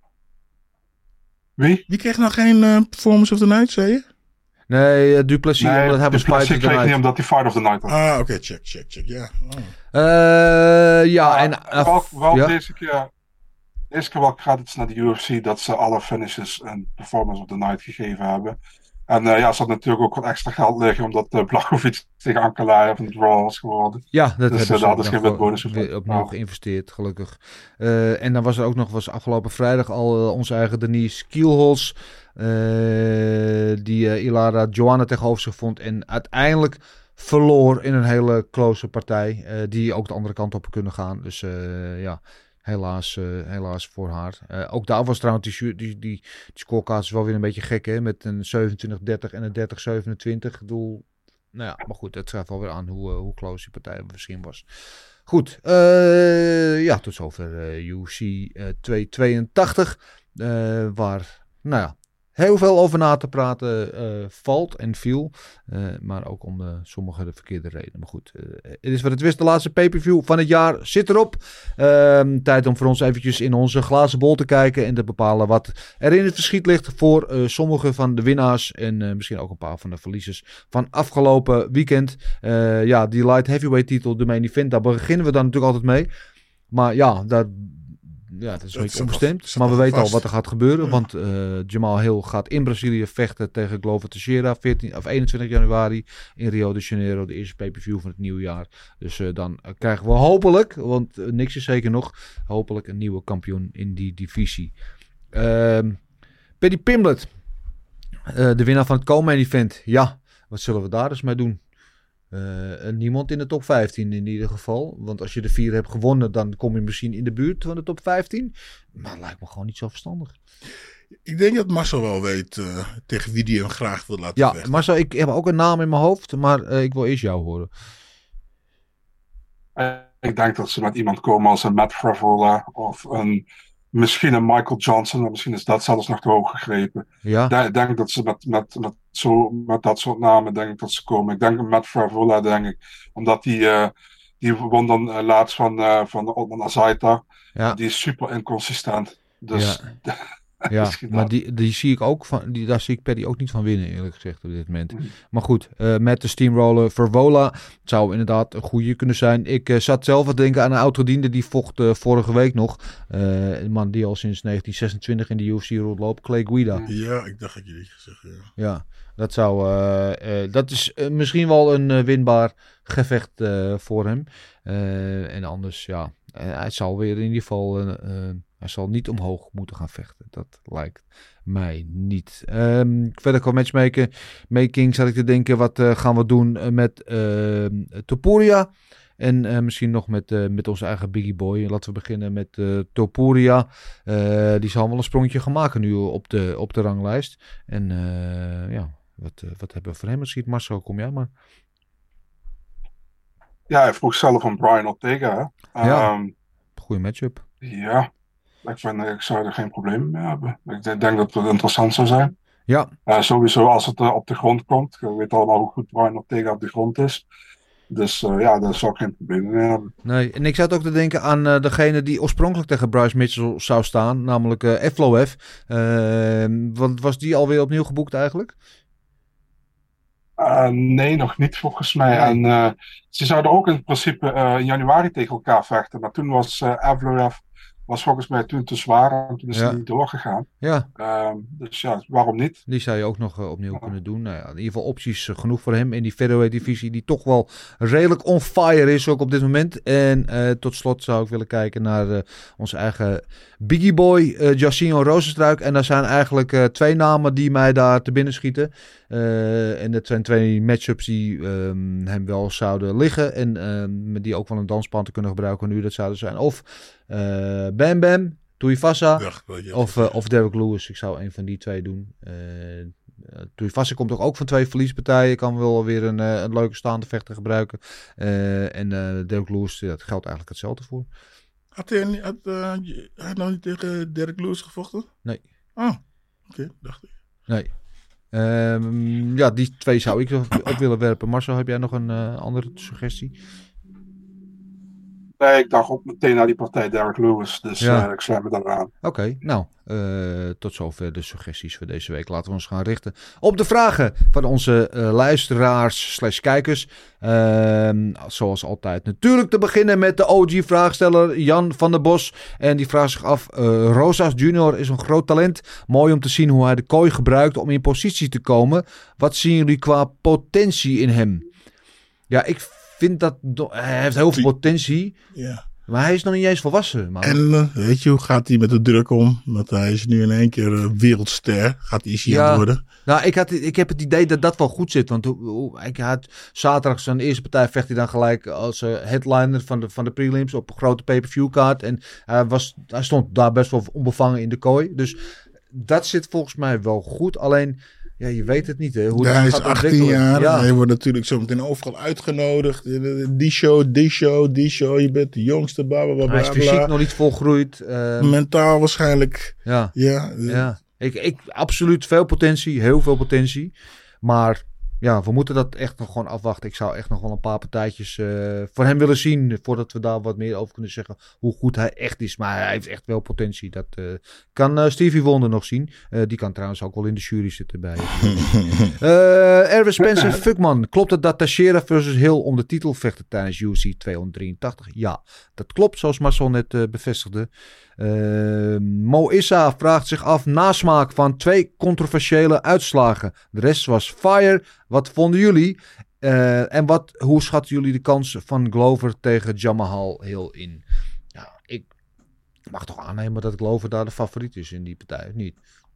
Wie? Wie kreeg nou geen uh, Performance of the Night, zei je? Nee, uh, Duplessis, nee, omdat hij was Fight of the Night. Night. Niet omdat hij Fight of the Night was. Ah, oké, okay, check, check, check, ja. Oh. Uh, ja, maar, en... Uh, wel wel ja? deze keer... Deze keer wel credits naar de U F C dat ze alle finishes een Performance of the Night gegeven hebben. En uh, ja, ze had natuurlijk ook wat extra geld liggen, omdat uh, Blachowicz tegen Ankalaev een draw was geworden. Ja, dat dus hebben uh, daar is geen winbonus op. Weer opnieuw oh. geïnvesteerd, gelukkig. Uh, en dan was er ook nog, was afgelopen vrijdag al uh, onze eigen Denise Kielholz, uh, die uh, Ilara Joanna tegenover zich vond en uiteindelijk verloor in een hele close partij, uh, die ook de andere kant op kunnen gaan. Dus uh, ja... Helaas, uh, helaas voor haar. Uh, ook daar was trouwens die, die, die, die scorekaart wel weer een beetje gek, hè? Met een zevenentwintig dertig en een dertig zevenentwintig. Doel. Nou ja, maar goed, het schrijft wel weer aan hoe, uh, hoe close die partij misschien was. Goed, uh, ja, tot zover uh, U F C uh, tweehonderdtweeëntachtig. Uh, waar, nou ja, heel veel over na te praten uh, valt en viel. Uh, maar ook om uh, sommige de verkeerde redenen. Maar goed, uh, het is wat het is. De laatste pay-per-view van het jaar zit erop. Uh, tijd om voor ons eventjes in onze glazen bol te kijken. En te bepalen wat er in het verschiet ligt voor uh, sommige van de winnaars. En uh, misschien ook een paar van de verliezers van afgelopen weekend. Uh, ja, die light heavyweight titel, de main event. Daar beginnen we dan natuurlijk altijd mee. Maar ja, daar... Ja, dat is een beetje onbestemd. Maar we weten vast al wat er gaat gebeuren. Ja. Want uh, Jamal Hill gaat in Brazilië vechten tegen Glover Teixeira. veertien of eenentwintig januari in Rio de Janeiro. De eerste pay-per-view van het nieuwe jaar. Dus uh, dan uh, krijgen we hopelijk, want uh, niks is zeker nog, hopelijk een nieuwe kampioen in die divisie. Uh, Paddy Pimblett. Uh, de winnaar van het co-main event. Ja, wat zullen we daar eens mee doen? Uh, niemand in de top vijftien in ieder geval. Want als je de vier hebt gewonnen, dan kom je misschien in de buurt van de top vijftien. Maar dat lijkt me gewoon niet zo verstandig. Ik denk dat Marcel wel weet uh, tegen wie die hem graag wil laten ja, vechten. Marcel, ik heb ook een naam in mijn hoofd, maar uh, ik wil eerst jou horen. Uh, ik denk dat ze met iemand komen als een Matt Frevola of een... Misschien een Michael Johnson, maar misschien is dat zelfs nog te hoog gegrepen. Ja. Ik denk dat ze met, met, met, zo, met dat soort namen denk ik dat ze komen. Ik denk Matt Frevola, denk ik. Omdat die, uh, die won dan uh, laatst van, uh, van Otman Azaita. Ja. Die is super inconsistent. Dus... Ja. Ja, maar die, die zie ik ook van, die, daar zie ik Paddy ook niet van winnen, eerlijk gezegd, op dit moment. Mm. Maar goed, uh, met de steamroller Frevola zou inderdaad een goede kunnen zijn. Ik uh, zat zelf te denken aan een oud-gediende, die vocht uh, vorige week nog. Uh, een man die al sinds negentien zesentwintig in de U F C rondloopt, Clay Guida. Ja, ik dacht dat je die gezegd ja. Ja, dat zou, uh, uh, dat is uh, misschien wel een uh, winbaar gevecht uh, voor hem. Uh, en anders, ja, uh, hij zal weer in ieder geval... Uh, uh, Hij zal niet omhoog moeten gaan vechten. Dat lijkt mij niet. Um, verder qua matchmaking making zat ik te denken, wat uh, gaan we doen met uh, Topuria? En uh, misschien nog met, uh, met onze eigen Biggie Boy. Laten we beginnen met uh, Topuria. Uh, die zal wel een sprongje gaan maken nu op de, op de ranglijst. En uh, ja, wat, uh, wat hebben we voor hem misschien? Marcel, kom jij maar. Ja, hij vroeg zelf van Brian Ortega. Hè? Ja, um, goede matchup. Ja. Ik, vind, ik zou er geen probleem mee hebben. Ik denk dat het interessant zou zijn. Ja. Uh, sowieso als het uh, op de grond komt. Je weet allemaal hoe goed Brian Ortega op de grond is. Dus uh, ja, daar zou ik geen probleem mee hebben. Nee, en ik zat ook te denken aan uh, degene die oorspronkelijk tegen Bryce Mitchell zou staan, namelijk uh, Evloev. Uh, want was die alweer opnieuw geboekt eigenlijk? Uh, nee, nog niet volgens mij. Nee. En uh, ze zouden ook in principe uh, in januari tegen elkaar vechten. Maar toen was uh, Evloev was volgens mij toen te zwaar en toen is ja. hij niet doorgegaan. Ja. Uh, dus ja, waarom niet? Die zou je ook nog uh, opnieuw ja. kunnen doen. Nou ja, in ieder geval opties uh, genoeg voor hem in die featherweight divisie die toch wel redelijk on fire is ook op dit moment. En uh, tot slot zou ik willen kijken naar uh, onze eigen biggie boy uh, Jairzinho Rozenstruik. En daar zijn eigenlijk uh, twee namen die mij daar te binnen schieten. Uh, en dat zijn twee matchups die um, hem wel zouden liggen. En um, die ook wel een danspan kunnen gebruiken nu dat zouden zijn. Of uh, Bam Bam, Tuivasa ja, of, uh, of Derrick Lewis. Ik zou een van die twee doen. Uh, Tuivasa komt toch ook van twee verliespartijen. Kan wel weer een, uh, een leuke staande vechter gebruiken. Uh, en uh, Derrick Lewis, ja, dat geldt eigenlijk hetzelfde voor. Had hij, had, uh, had nou niet tegen Derrick Lewis gevochten? Nee. Ah, oké, okay, dacht ik. Nee. Um, ja, die twee zou ik op willen werpen. Marcel, heb jij nog een uh, andere suggestie? Nee, ik dacht ook meteen naar die partij Derrick Lewis. Dus ja. uh, ik sluit me daar aan. Oké, okay, nou, uh, tot zover de suggesties voor deze week. Laten we ons gaan richten op de vragen van onze uh, luisteraars slash kijkers. Uh, zoals altijd natuurlijk te beginnen met de O G-vraagsteller Jan van der Bos. En die vraagt zich af, uh, Rosas junior is een groot talent. Mooi om te zien hoe hij de kooi gebruikt om in positie te komen. Wat zien jullie qua potentie in hem? Ja, ik vind dat do- hij heeft heel veel potentie. Ja. Maar hij is nog niet eens volwassen. Man. En uh, weet je, hoe gaat hij met de druk om? Want hij is nu in één keer uh, wereldster. Gaat hij easy ja. aan worden? Nou, ik, had, ik heb het idee dat dat wel goed zit. Want uh, ik had zaterdag zijn eerste partij vecht hij dan gelijk als uh, headliner van de, van de prelims op een grote pay-per-view kaart. En uh, was, hij stond daar best wel onbevangen in de kooi. Dus dat zit volgens mij wel goed. Alleen, ja, je weet het niet, hè. Hoe ja, hij is achttien jaar. Ja. Hij wordt natuurlijk zo meteen overal uitgenodigd. Die show, die show, die show. Je bent de jongste, blablabla. Hij is fysiek nog niet volgroeid. Uh, Mentaal waarschijnlijk. Ja. Ja. ja. Ik, ik, absoluut veel potentie. Heel veel potentie. Maar ja, we moeten dat echt nog gewoon afwachten. Ik zou echt nog wel een paar partijtjes uh, voor hem willen zien. Voordat we daar wat meer over kunnen zeggen. Hoe goed hij echt is. Maar hij heeft echt wel potentie. Dat uh, kan uh, Stevie Wonder nog zien. Uh, die kan trouwens ook wel in de jury zitten bij. uh, Erwin Spencer Fuckman. Klopt het dat Teixeira versus Hill om de titel vechten tijdens U F C tweehonderddrieëntachtig? Ja, dat klopt. Zoals Marcel net uh, bevestigde. Uh, Mo Issa vraagt zich af nasmaak van twee controversiële uitslagen. De rest was fire. Wat vonden jullie? Uh, en wat, hoe schatten jullie de kans van Glover tegen Jamahal Hill in? Ja, ik mag toch aannemen dat Glover daar de favoriet is in die partij, of niet?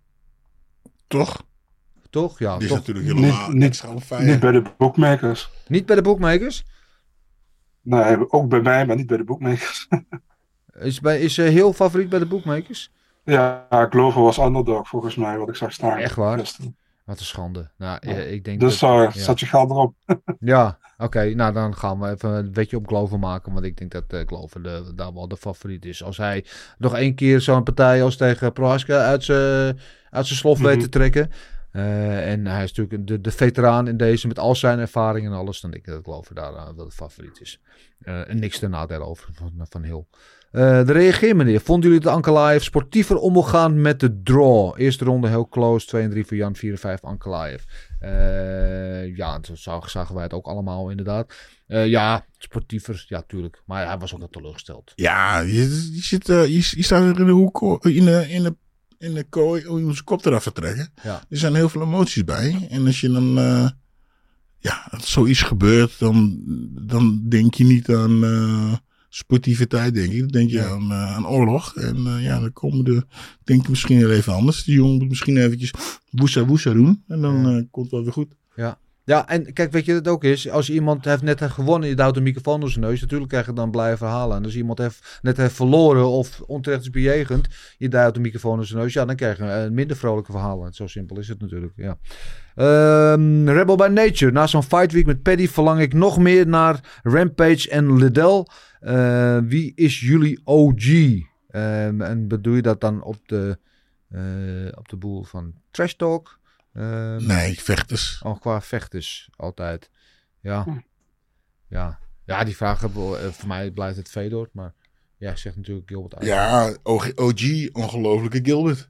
Toch? Toch? Ja, die toch. is natuurlijk helemaal niet, niet, niet bij de bookmakers. Niet bij de bookmakers? Nee, ook bij mij, maar niet bij de bookmakers. Is, bij, is uh, heel favoriet bij de bookmakers? Ja, Glover was underdog volgens mij, wat ik zag staan. Echt waar? Gisteren. Wat een schande. Nou, ja. ik denk dus dat, uh, ja. zet je geld erop. Ja, oké. Okay, nou, dan gaan we even een beetje op Glover maken. Want ik denk dat uh, Glover de, daar wel de favoriet is. Als hij nog één keer zo'n partij als tegen Prohaska uit zijn uit zijn slof mm-hmm. weet te trekken. Uh, en hij is natuurlijk de, de veteraan in deze met al zijn ervaring en alles. Dan denk ik dat Glover daar uh, wel de favoriet is. Uh, en niks te nadelen over van, van Hill. Uh, de reageer meneer. Vonden jullie dat Ankalaev sportiever om wil gaan met de draw? Eerste ronde heel close. twee en drie voor Jan. vier en vijf Ankalaev. Uh, ja, zo zagen wij het ook allemaal inderdaad. Uh, ja, sportiever. Ja, tuurlijk. Maar hij was ook wel teleurgesteld. Ja, je, je, zit, uh, je, je staat er in de hoek. In de, in de, in de kooi. Om zijn kop eraf te trekken. Ja. Er zijn heel veel emoties bij. En als je dan... Uh, ja, als zoiets gebeurt. Dan, dan denk je niet aan... Uh, sportiviteit, denk ik. Dan denk je ja. aan, uh, aan oorlog. En uh, ja, dan komen de... Denk je misschien heel even anders. Die jongen moet misschien eventjes woesa woesa doen. En dan ja. uh, komt het wel weer goed. Ja. Ja, en kijk, weet je wat het ook is? Als iemand heeft net gewonnen, je duwt een microfoon door zijn neus. Natuurlijk krijg je dan blije verhalen. En als iemand heeft, net heeft verloren of onterecht is bejegend, je duwt een microfoon door zijn neus. Ja, dan krijg je uh, minder vrolijke verhalen. Zo simpel is het natuurlijk, ja. Um, Rebel by Nature. Na zo'n fight week met Paddy verlang ik nog meer naar Rampage en Liddell. Uh, wie is jullie O G? Um, en bedoel je dat dan op de, uh, op de boel van Trash Talk? Um, nee, vechters. Oh, qua vechters, altijd. Ja. Hm. ja. ja, die vraag hebben we, uh, voor mij blijft het Fedor, maar ja, zegt natuurlijk Gilbert uit. Ja, O G, ongelofelijke Gilbert.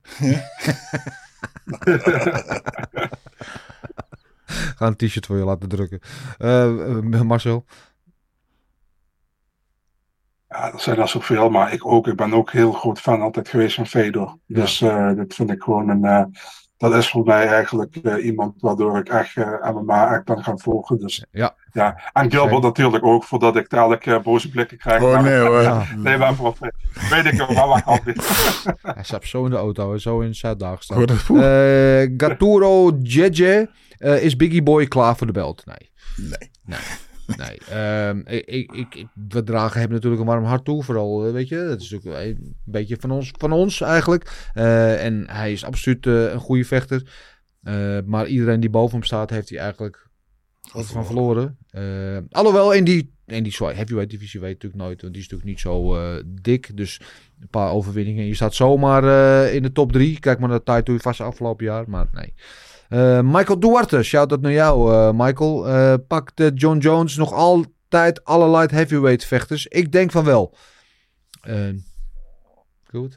Ga een t-shirt voor je laten drukken. Uh, uh, Marcel? Ja, er zijn er zoveel, maar ik ook. Ik ben ook heel groot fan altijd geweest van Fedor. Ja. Dus uh, dat vind ik gewoon een... Uh, dat is voor mij eigenlijk uh, iemand waardoor ik echt uh, M M A echt ben gaan volgen. Dus, ja. ja. En Gilbert okay. natuurlijk ook, voordat ik dadelijk uh, boze blikken krijg. Oh nee hoor. Ja. Nee, maar voor, weet ik wel, maar kan niet. Hij staat zo in de auto, zo in Zuid-Dagestan. Uh, Gaturo Jeje, uh, is Biggie Boy klaar voor de belt? Nee. Nee. Nee. Nee, um, ik, ik, ik, we dragen hem natuurlijk een warm hart toe. Vooral, weet je, dat is natuurlijk een beetje van ons, van ons eigenlijk. Uh, en hij is absoluut uh, een goede vechter. Uh, maar iedereen die boven hem staat, heeft hij eigenlijk altijd van verloren. Uh, alhoewel, in die, in die heavyweight divisie weet je natuurlijk nooit. Want die is natuurlijk niet zo uh, dik. Dus een paar overwinningen. Je staat zomaar uh, in de top drie. Kijk maar naar Taito vast afgelopen jaar. Maar nee. Uh, Michael Duarte, shout-out naar jou, uh, Michael. Uh, pakt uh, John Jones nog altijd alle light heavyweight vechters? Ik denk van wel. Uh, goed.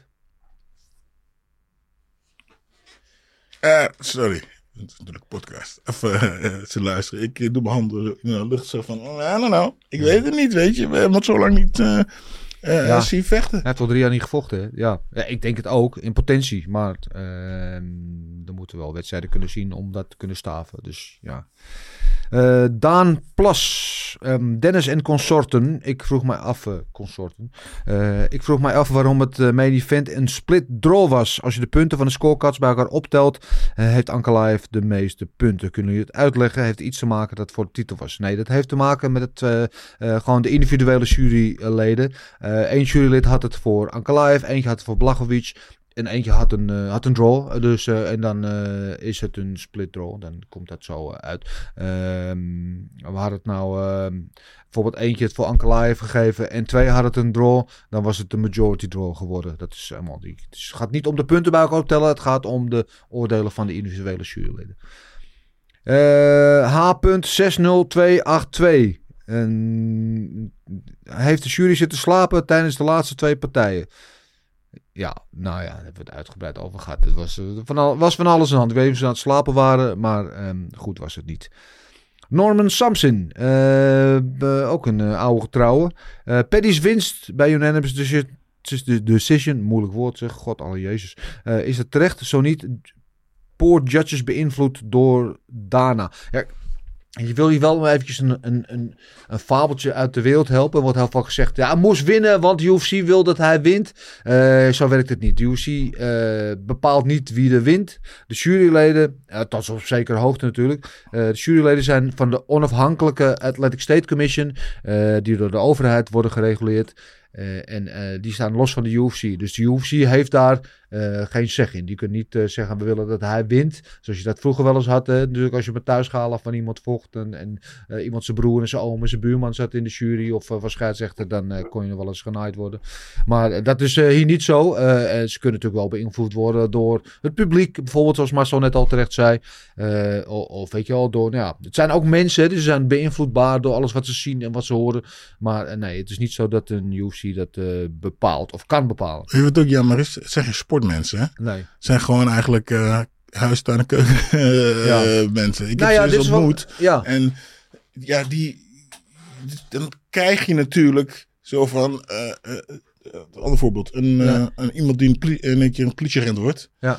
Uh, sorry. Het is natuurlijk een podcast. Even uh, ze luisteren. Ik uh, doe mijn handen in de lucht zo van... Oh, I don't know. Ik weet het niet, weet je. We hebben het zo lang niet... Uh, Uh, ja. Zien vechten. Hij heeft al drie jaar niet gevochten. Hè? Ja. ja, ik denk het ook. In potentie. Maar uh, dan moeten we wel wedstrijden kunnen zien om dat te kunnen staven. Dus ja. Uh, Daan Plas. Um, Dennis en consorten. Ik vroeg mij af... Uh, consorten. Uh, ik vroeg mij af waarom het uh, main event een split draw was. Als je de punten van de scorecards bij elkaar optelt... Uh, heeft Ankalaev de meeste punten. Kunnen jullie het uitleggen? Heeft iets te maken dat het voor de titel was? Nee, dat heeft te maken met het, uh, uh, gewoon de individuele juryleden. Uh, Eén jurylid had het voor Ankalaev. Eentje had het voor Blachowicz. En eentje had een, uh, had een draw. Dus, uh, en dan uh, is het een split draw. Dan komt dat zo uh, uit. Um, we hadden het nou... Uh, bijvoorbeeld eentje het voor Ankalaev gegeven. En twee hadden het een draw. Dan was het een majority draw geworden. Dat is helemaal... Die, het gaat niet om de punten bij elkaar optellen. Het gaat om de oordelen van de individuele juryleden. Uh, H zes nul twee acht twee. En heeft de jury zitten slapen tijdens de laatste twee partijen? Ja, nou ja, daar hebben we het uitgebreid over gehad. Het was, uh, van, al, was van alles aan de hand. Ik weet niet of ze aan het slapen waren, maar um, goed was het niet. Norman Samson, uh, uh, ook een uh, oude getrouwe. Uh, Paddy's winst bij Unanimous Decision, decision moeilijk woord zeg, god alle Jezus. Uh, is het terecht? Zo niet, poor judges beïnvloed door Dana. Ja, je wil hier wel eventjes een, een, een, een fabeltje uit de wereld helpen. Er wordt heel vaak gezegd, ja, hij moest winnen, want de U F C wil dat hij wint. Uh, zo werkt het niet. De U F C uh, bepaalt niet wie er wint. De juryleden, uh, tot op zekere hoogte natuurlijk. Uh, de juryleden zijn van de onafhankelijke Athletic State Commission, uh, die door de overheid worden gereguleerd. Uh, en uh, die staan los van de U F C. Dus de U F C heeft daar uh, geen zeg in. Die kunnen niet uh, zeggen, we willen dat hij wint. Zoals je dat vroeger wel eens had. Hè? Natuurlijk als je met thuisgehalen van iemand vocht. En, en uh, iemand zijn broer en zijn oom en zijn buurman zat in de jury. Of uh, was scheidsrechter. Dan uh, kon je nog wel eens genaaid worden. Maar uh, dat is uh, hier niet zo. Uh, en ze kunnen natuurlijk wel beïnvloed worden door het publiek. Bijvoorbeeld zoals Marcel net al terecht zei. Uh, of, of weet je wel. Door, nou ja, het zijn ook mensen. Dus ze zijn beïnvloedbaar door alles wat ze zien en wat ze horen. Maar uh, nee, het is niet zo dat een U F C dat uh, bepaalt of kan bepalen. Je weet ook jammer is, het zijn geen sportmensen. Hè? Nee. Het zijn gewoon eigenlijk uh, huistuin- en keuken uh, ja. mensen. Ik nou heb ja, ze eens ontmoet. Wel, ja. En ja, die, dan krijg je natuurlijk zo van, uh, uh, uh, een ander voorbeeld, een, ja. uh, een iemand die een, poli- in een keer een politieagent wordt. Ja.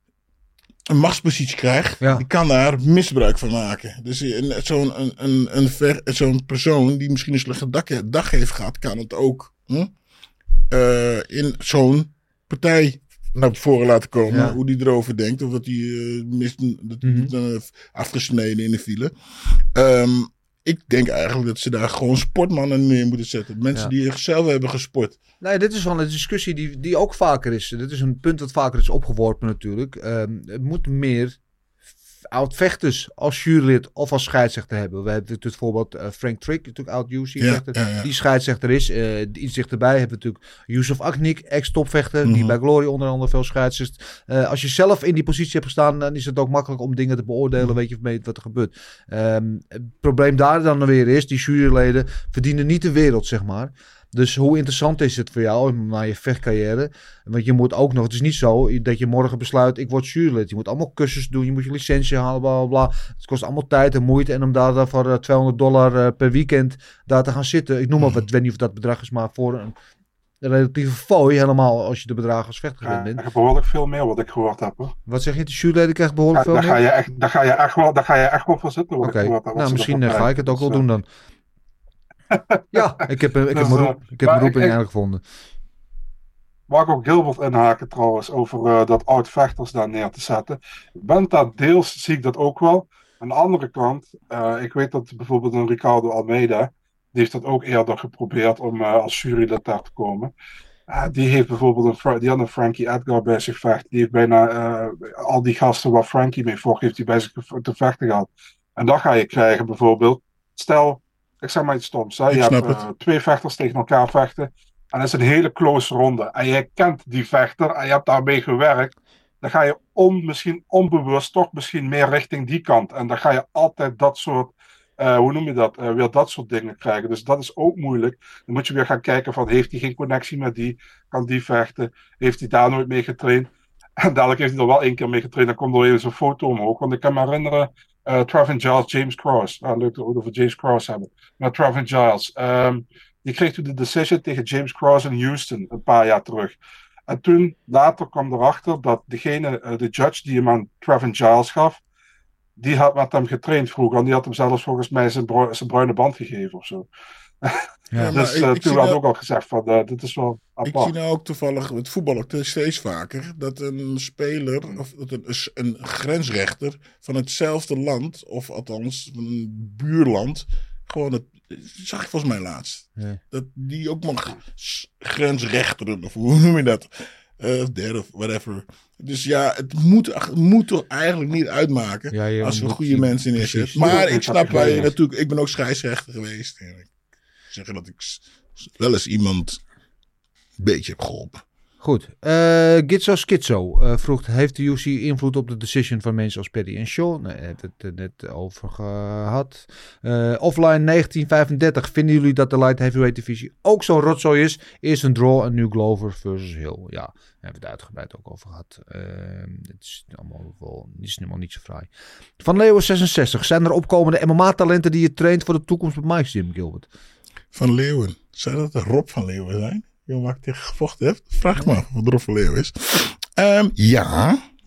Een machtspositie krijgt, ja. die kan daar misbruik van maken. Dus zo'n, een, een, een ver, zo'n persoon die misschien een slechte dag, dag heeft gehad, kan het ook hm, uh, in zo'n partij naar voren laten komen. Ja. Hoe die erover denkt. Of dat hij uh, mist, dat mm-hmm. uh, afgesneden in de file. Um, ik denk eigenlijk dat ze daar gewoon sportmannen neer moeten zetten. Mensen ja. die zelf hebben gesport. Nee, dit is wel een discussie die, die ook vaker is. Dit is een punt dat vaker is opgeworpen natuurlijk. Um, het moet meer oud-vechters als jurylid of als scheidsrechter hebben. We hebben het voorbeeld uh, Frank Trick, natuurlijk oud-U F C-vechter. Ja, ja, ja. Die scheidsrechter is. Uh, iets dichterbij hebben we natuurlijk Yusuf Aknik, ex-topvechter. Mm-hmm. Die bij Glory onder andere veel scheidsrecht. Uh, als je zelf in die positie hebt gestaan, dan is het ook makkelijk om dingen te beoordelen. Mm-hmm. Weet je mee wat er gebeurt. Um, het probleem daar dan weer is, die juryleden verdienen niet de wereld, zeg maar. Dus hoe interessant is het voor jou na je vechtcarrière? Want je moet ook nog, het is niet zo dat je morgen besluit, ik word jurylid. Je moet allemaal cursussen doen, je moet je licentie halen, bla bla bla. Het kost allemaal tijd en moeite. En om daar voor tweehonderd dollar per weekend daar te gaan zitten. Ik noem maar wat, ik weet niet of dat bedrag is, maar voor een relatieve fooi helemaal als je de bedragen als vechter gewend bent. Ja, behoorlijk veel meer wat ik gehoord heb. Hoor. Wat zeg je, de juryleden krijgt behoorlijk ja, veel daar meer? Ga je echt, daar, ga je echt wel, daar ga je echt wel voor zitten. Oké, okay. Nou misschien ga ik het ook wel doen dan. Ja, ik heb, ik heb dus, mijn, roep, ik heb mijn roeping eigenlijk gevonden. Mag ik ook Gilbert inhaken trouwens over uh, dat oud-vechters daar neer te zetten. Ik ben dat deels, zie ik dat ook wel. Aan de andere kant, uh, ik weet dat bijvoorbeeld een Ricardo Almeida, die heeft dat ook eerder geprobeerd om uh, als jurylid daar te komen. Uh, die heeft bijvoorbeeld een, die had een Frankie Edgar bij zich vecht. Die heeft bijna uh, al die gasten waar Frankie mee vocht, heeft hij bij zich te vechten gehad. En dan ga je krijgen bijvoorbeeld, stel... Ik zeg maar iets stoms. Hè? Je hebt uh, twee vechters tegen elkaar vechten. En dat is een hele close ronde. En jij kent die vechter en je hebt daarmee gewerkt. Dan ga je on, misschien onbewust toch misschien meer richting die kant. En dan ga je altijd dat soort, uh, hoe noem je dat, uh, weer dat soort dingen krijgen. Dus dat is ook moeilijk. Dan moet je weer gaan kijken van, heeft hij geen connectie met die? Kan die vechten? Heeft hij daar nooit mee getraind? En dadelijk heeft hij er wel één keer mee getraind. Dan komt er even zo'n foto omhoog. Want ik kan me herinneren... Uh, Travin Giles, James Cross. Ah, leuk dat we het over James Cross hebben. Maar Travin Giles. Um, die kreeg toen de decision tegen James Cross in Houston. Een paar jaar terug. En toen, later kwam erachter dat degene, uh, de judge die hem aan Travin Giles gaf. Die had met hem getraind vroeger. En die had hem zelfs volgens mij zijn, bru- zijn bruine band gegeven of zo. Ja, dus uh, ik, toen had ik ook al gezegd van, uh, dit is wel apart. Ik zie nou ook toevallig met voetbal ook steeds vaker dat een speler of dat een, een grensrechter van hetzelfde land, of althans van een buurland, gewoon het, zag ik volgens mij laatst, ja. Dat die ook mag grensrechteren, of hoe noem je dat? Uh, derde of whatever. Dus ja, het moet, het moet toch eigenlijk niet uitmaken ja, als we goede mensen neerzetten. Maar ik snap waar je natuurlijk, ik ben ook scheidsrechter geweest. En ik zeggen dat ik wel eens iemand een beetje heb geholpen. Goed. Uh, Gitzo Skitzo uh, vroeg, heeft de U F C invloed op de decision van mensen als Paddy en Shaw? Nee, daar hebben we het net over gehad. Uh, offline negentien vijfendertig. Vinden jullie dat de light heavyweight divisie ook zo'n rotzooi is? Eerst een draw en nu Glover versus Hill. Ja, daar hebben we het uitgebreid ook over gehad. Uh, het is allemaal wel, het is helemaal niet zo fraai. Van Leeuwen zesenzestig. Zijn er opkomende M M A-talenten die je traint voor de toekomst met Mike's Gym, Gilbert? Van Leeuwen. Zou dat de Rob van Leeuwen zijn? Jongen, waar ik tegen gevochten heb? Vraag me af wat Rob van Leeuwen is. Um, ja.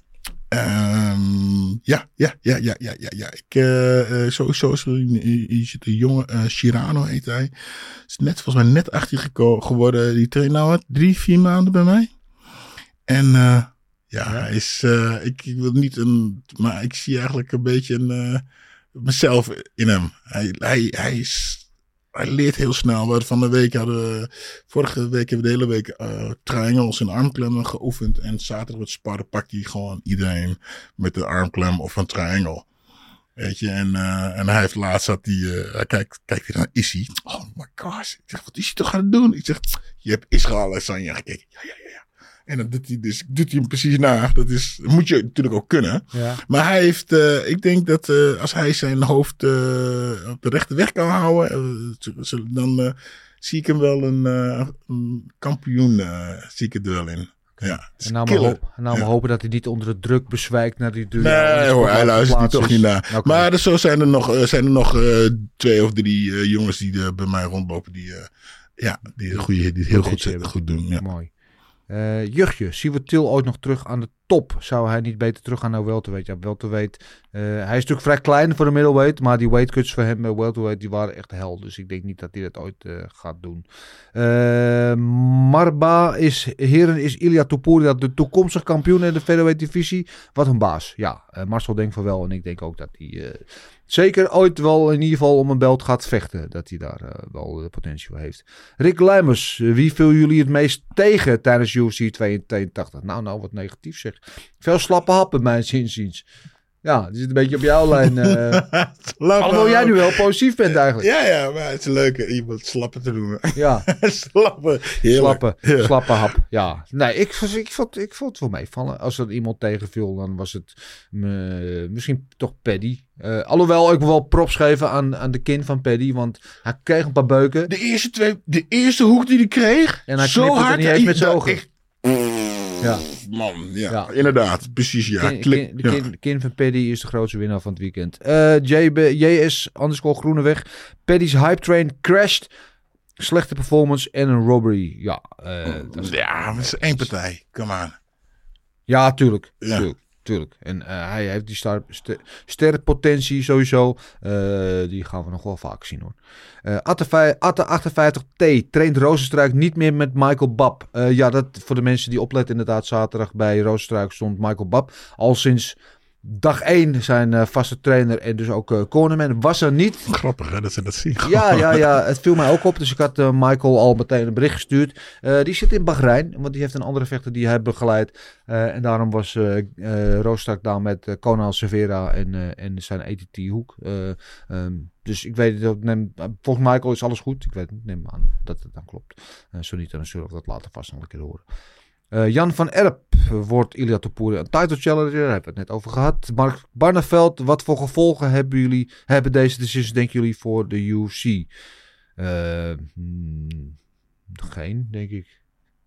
Um, ja, ja, ja, ja, ja, ja, ja. Ik, uh, uh, sowieso is een jongen, uh, Chirano heet hij. Is net, volgens mij net achttien geko- geworden. Die traint nou wat, drie, vier maanden bij mij. En uh, ja, hij is, uh, ik, ik wil niet een, maar ik zie eigenlijk een beetje een, uh, mezelf in hem. Hij, hij, hij is... Hij leert heel snel. We van de week hadden vorige week hebben we de hele week uh, triangles en armklemmen geoefend. En zaterdag met sparren pakt hij gewoon iedereen met de armklem of een triangle. Weet je, en, uh, en hij heeft laatst dat hij, uh, hij kijkt, kijkt hij naar Issy. Oh my gosh. Ik zeg, wat is hij toch gaan doen? Ik zeg, je hebt Israël en Sanja gekeken. Ja, ja, ja, ja. En dan doet hij dus, doet hij hem precies na. Dat is, moet je natuurlijk ook kunnen. Ja. Maar hij heeft, uh, ik denk dat uh, als hij zijn hoofd uh, op de rechte weg kan houden, uh, dan uh, zie ik hem wel een, uh, een kampioen, uh, zie ik het wel in. Ja, en nou maar, hoop, en nou maar ja. hopen dat hij niet onder de druk bezwijkt naar die deur. Nee hoor, hij luistert die toch niet naar. Okay. Maar dus zo zijn er nog, uh, zijn er nog uh, twee of drie uh, jongens die uh, bij mij rondlopen die, uh, ja, die, goeie, die heel goed, goed, goed doen. Ja. Mooi. Uh, Jurgje, zien we Til ooit nog terug aan de top? Zou hij niet beter terug gaan naar welterweight? Ja, welterweight. Uh, hij is natuurlijk vrij klein voor de middleweight, maar die weightcuts voor hem bij welterweight die waren echt hel. Dus ik denk niet dat hij dat ooit uh, gaat doen. Uh, Marba is, heren, is Ilia Topuria de toekomstig kampioen in de featherweight divisie? Wat een baas. Ja, uh, Marcel denkt van wel en ik denk ook dat hij uh, zeker ooit wel in ieder geval om een belt gaat vechten. Dat hij daar uh, wel de potentie voor heeft. Rick Lijmers, uh, wie viel jullie het meest tegen tijdens U F C tweeëntachtig? Nou, nou, wat negatief zeg. Veel slappe happen, mijn zinziens. Ja, die zit een beetje op jouw lijn. Uh, alhoewel jij nu wel positief bent eigenlijk. Ja, ja, maar het is leuk iemand slappen te noemen. Ja. slappen. Slappe, ja. slappe hap. Ja. Nee, ik, ik, vond, ik vond het wel meevallen. Als er iemand tegenviel, dan was het uh, misschien toch Paddy. Uh, alhoewel ik wel props geven aan, aan de kin van Paddy, want hij kreeg een paar beuken. De eerste twee, de eerste hoek die hij kreeg, en hij zo hard. Er niet eens met zijn ogen. Ik, ja. Man, ja, ja, inderdaad. Precies, ja. Kin, kin, de kin, ja. kin van Paddy is de grootste winnaar van het weekend. Uh, J B, J S underscore Groeneweg. Paddy's hype train crashed. Slechte performance en een robbery. Ja, uh, dat is, ja, dat is één partij. Come on. Ja, tuurlijk. Ja. tuurlijk. Tuurlijk. En uh, hij heeft die star, ster, sterrenpotentie sowieso. Uh, die gaan we nog wel vaak zien hoor. Uh, Atte achtenvijftig T traint Rozenstruik niet meer met Michael Babb. Uh, ja, dat voor de mensen die opletten inderdaad. Zaterdag bij Rozenstruik stond Michael Babb. Al sinds dag één zijn uh, vaste trainer en dus ook uh, cornerman was er niet. Grappig hè, dat ze dat zien. Ja, ja, ja, het viel mij ook op. Dus ik had uh, Michael al meteen een bericht gestuurd. Uh, die zit in Bahrein, want die heeft een andere vechter die hij begeleid. Uh, en daarom was uh, uh, Roostak daar met uh, Conal Severa en, uh, en zijn A T T-hoek. Uh, um, dus ik weet het, neem, volgens Michael is alles goed. Ik weet het, neem aan dat het dan klopt. Uh, zo niet, dan zullen we dat later vast nog een keer horen. Uh, Jan van Erp wordt Ilia Topuria een title challenger. Daar hebben we het net over gehad. Mark Barneveld, wat voor gevolgen hebben jullie, hebben deze decisions, denken jullie, voor de U F C? Uh, hmm, geen, denk ik.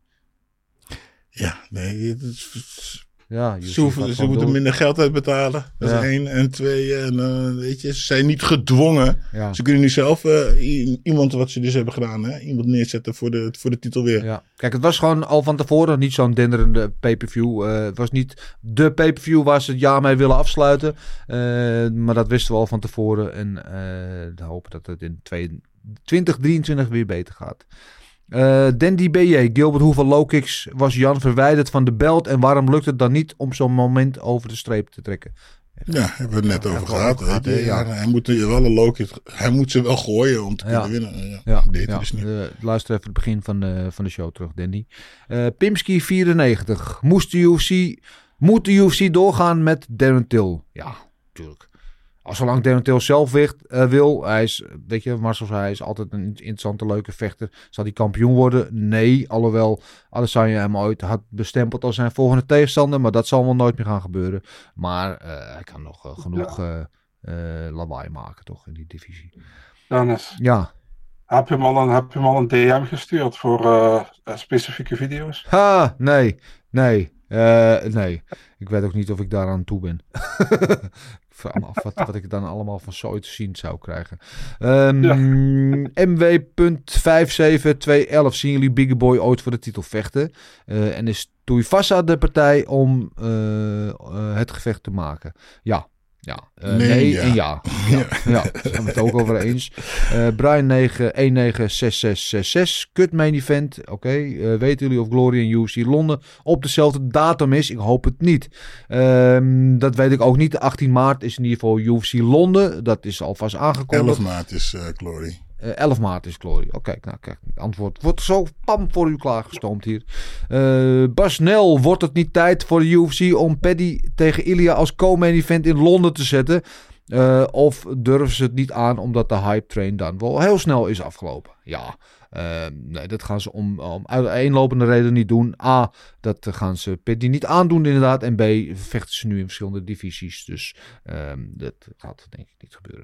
Ja, nee. Het is, ja, ze hoeven, ze moeten door. minder geld uitbetalen. Dat ja. is één. En twee, en, uh, weet je, ze zijn niet gedwongen. Ja. Ze kunnen nu zelf uh, iemand, wat ze dus hebben gedaan, hè, iemand neerzetten voor de, voor de titel weer. Ja. Kijk, het was gewoon al van tevoren niet zo'n denderende pay-per-view. Uh, het was niet de pay-per-view waar ze het jaar mee willen afsluiten. Uh, maar dat wisten we al van tevoren. En uh, hopen dat het in twintig drieëntwintig weer beter gaat. Uh, Dandy B J, Gilbert, hoeveel low kicks was Jan verwijderd van de belt en waarom lukt het dan niet om zo'n moment over de streep te trekken? Ja, hebben we het net ja, over gehad. gehad ja, ja. Hij, moet wel een low kick, hij moet ze wel gooien om te ja. kunnen winnen. Ja, ja, deed ja. Dus niet. Uh, luister even het begin van de, van de show terug, Dandy. Uh, Pimski vierennegentig, moest de U F C, moet de U F C doorgaan met Darren Till? Ja, tuurlijk. Als zolang Darren Till zelf wicht, uh, wil, hij is, weet je, Marcel zei, hij is altijd een interessante, leuke vechter. Zal hij kampioen worden? Nee, alhoewel Adesanya hem ooit had bestempeld als zijn volgende tegenstander, maar dat zal wel nooit meer gaan gebeuren. Maar uh, hij kan nog uh, genoeg uh, uh, lawaai maken, toch, in die divisie. Dennis, ja. heb, je hem al een, heb je hem al een D M gestuurd voor uh, uh, specifieke video's? Ha, nee, nee, uh, nee. Ik weet ook niet of ik daaraan toe ben. Ik vraag me af wat, wat ik dan allemaal van zoiets te zien zou krijgen. Um, ja. M W vijf zeven twee elf. Zien jullie Biggie Boy ooit voor de titel vechten? Uh, en is Tuivasa de partij om uh, uh, het gevecht te maken? Ja. Ja, uh, nee, nee ja. en ja. Ja, ja, daar zijn we het ook over eens. Uh, Brian negen een negen zes zes zes zes. Kut main event. Oké. Okay. Uh, weten jullie of Glory en U F C Londen op dezelfde datum is? Ik hoop het niet. Um, dat weet ik ook niet. De achttien maart is in ieder geval U F C Londen. Dat is alvast aangekondigd. elf maart is uh, Glory. Uh, elf maart is Glory. Oké, okay, nou kijk, het antwoord wordt zo pam voor u klaargestoomd hier. Uh, Bas Nel, wordt het niet tijd voor de U F C om Paddy tegen Ilia als co-main event in Londen te zetten? Uh, of durven ze het niet aan omdat de hype train dan wel heel snel is afgelopen? Ja, uh, nee, dat gaan ze om, om uiteenlopende redenen niet doen. A, dat gaan ze Paddy niet aandoen inderdaad. En B, vechten ze nu in verschillende divisies. Dus uh, dat gaat denk ik niet gebeuren.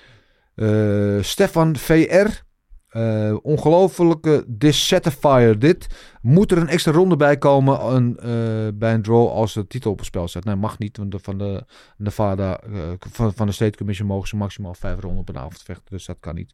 Uh, Stefan V R. Uh, ongelofelijke Dissatisfier dit. Moet er een extra ronde bij komen een, uh, bij een draw als de titel op het spel staat? Nee, mag niet. Want de, van de Nevada, uh, van, van de State Commission mogen ze maximaal vijf ronden op een avond vechten. Dus dat kan niet.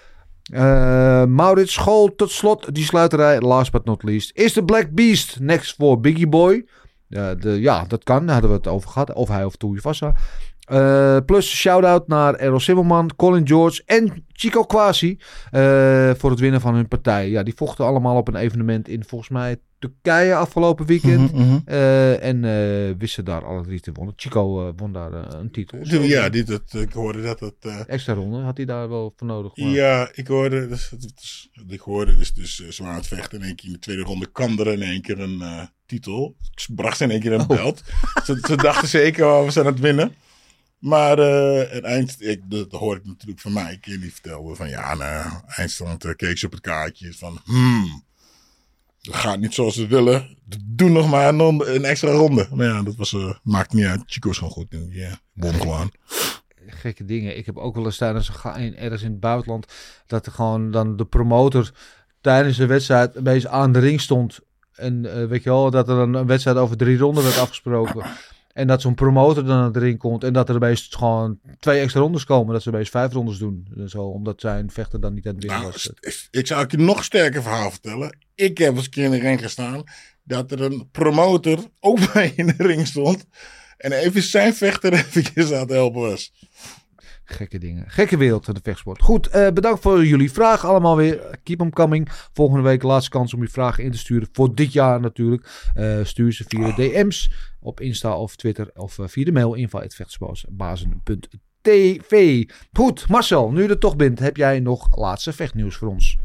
Uh, Maurits School tot slot. Die sluiterij, last but not least. Is de Black Beast next voor Biggie Boy? Uh, de, ja, dat kan. Daar hadden we het over gehad. Of hij of Tuivasa. Uh, plus shout-out naar Errol Zimmerman, Colin George en Chico Kwasi uh, voor het winnen van hun partij. Ja, die vochten allemaal op een evenement in volgens mij Turkije afgelopen weekend. Mm-hmm, mm-hmm. Uh, en uh, wisten daar alle drie te wonnen. Chico uh, won daar uh, een titel. Ja, dit, het, ik hoorde dat het... Uh... Extra ronde had hij daar wel voor nodig. Maar... Ja, ik hoorde... Dus, dus, ik hoorde dus, dus uh, zwaar het vechten. In één keer in de tweede ronde kwam er in één keer een uh, titel. Bracht ze in één keer een oh. belt. ze, ze dachten zeker, oh, we zijn aan het winnen. Maar uh, het eind, ik, dat hoor ik natuurlijk van mij. Ik die vertelde van ja, nou, eindstand uh, keek ze op het kaartje van hmm, dat gaat niet zoals we willen. Doe nog maar een, een extra ronde. Maar ja, dat was, uh, maakt niet uit. Chico is gewoon goed. Ja, yeah, bom gewoon. Gekke dingen. Ik heb ook wel eens tijdens een ergens in het buitenland dat er gewoon dan de promotor tijdens de wedstrijd een beetje aan de ring stond. En uh, weet je wel, dat er dan een wedstrijd over drie ronden werd afgesproken. En dat zo'n promotor dan aan de ring komt. En dat er opeens gewoon twee extra rondes komen. Dat ze opeens vijf rondes doen. Zo, omdat zijn vechter dan niet aan het winnen nou, was. Ik zou je nog sterker verhaal vertellen. Ik heb eens een keer in de ring gestaan. Dat er een promotor ook bij in de ring stond. En even zijn vechter eventjes aan het helpen was. Gekke dingen. Gekke wereld van de vechtsport. Goed, uh, bedankt voor jullie vragen allemaal weer. Keep them coming. Volgende week laatste kans om je vragen in te sturen. Voor dit jaar natuurlijk. Uh, stuur ze via de D M's op Insta of Twitter. Of uh, via de mail info at vechtsbazen punt t v. Goed, Marcel, nu je er toch bent, heb jij nog laatste vechtnieuws voor ons?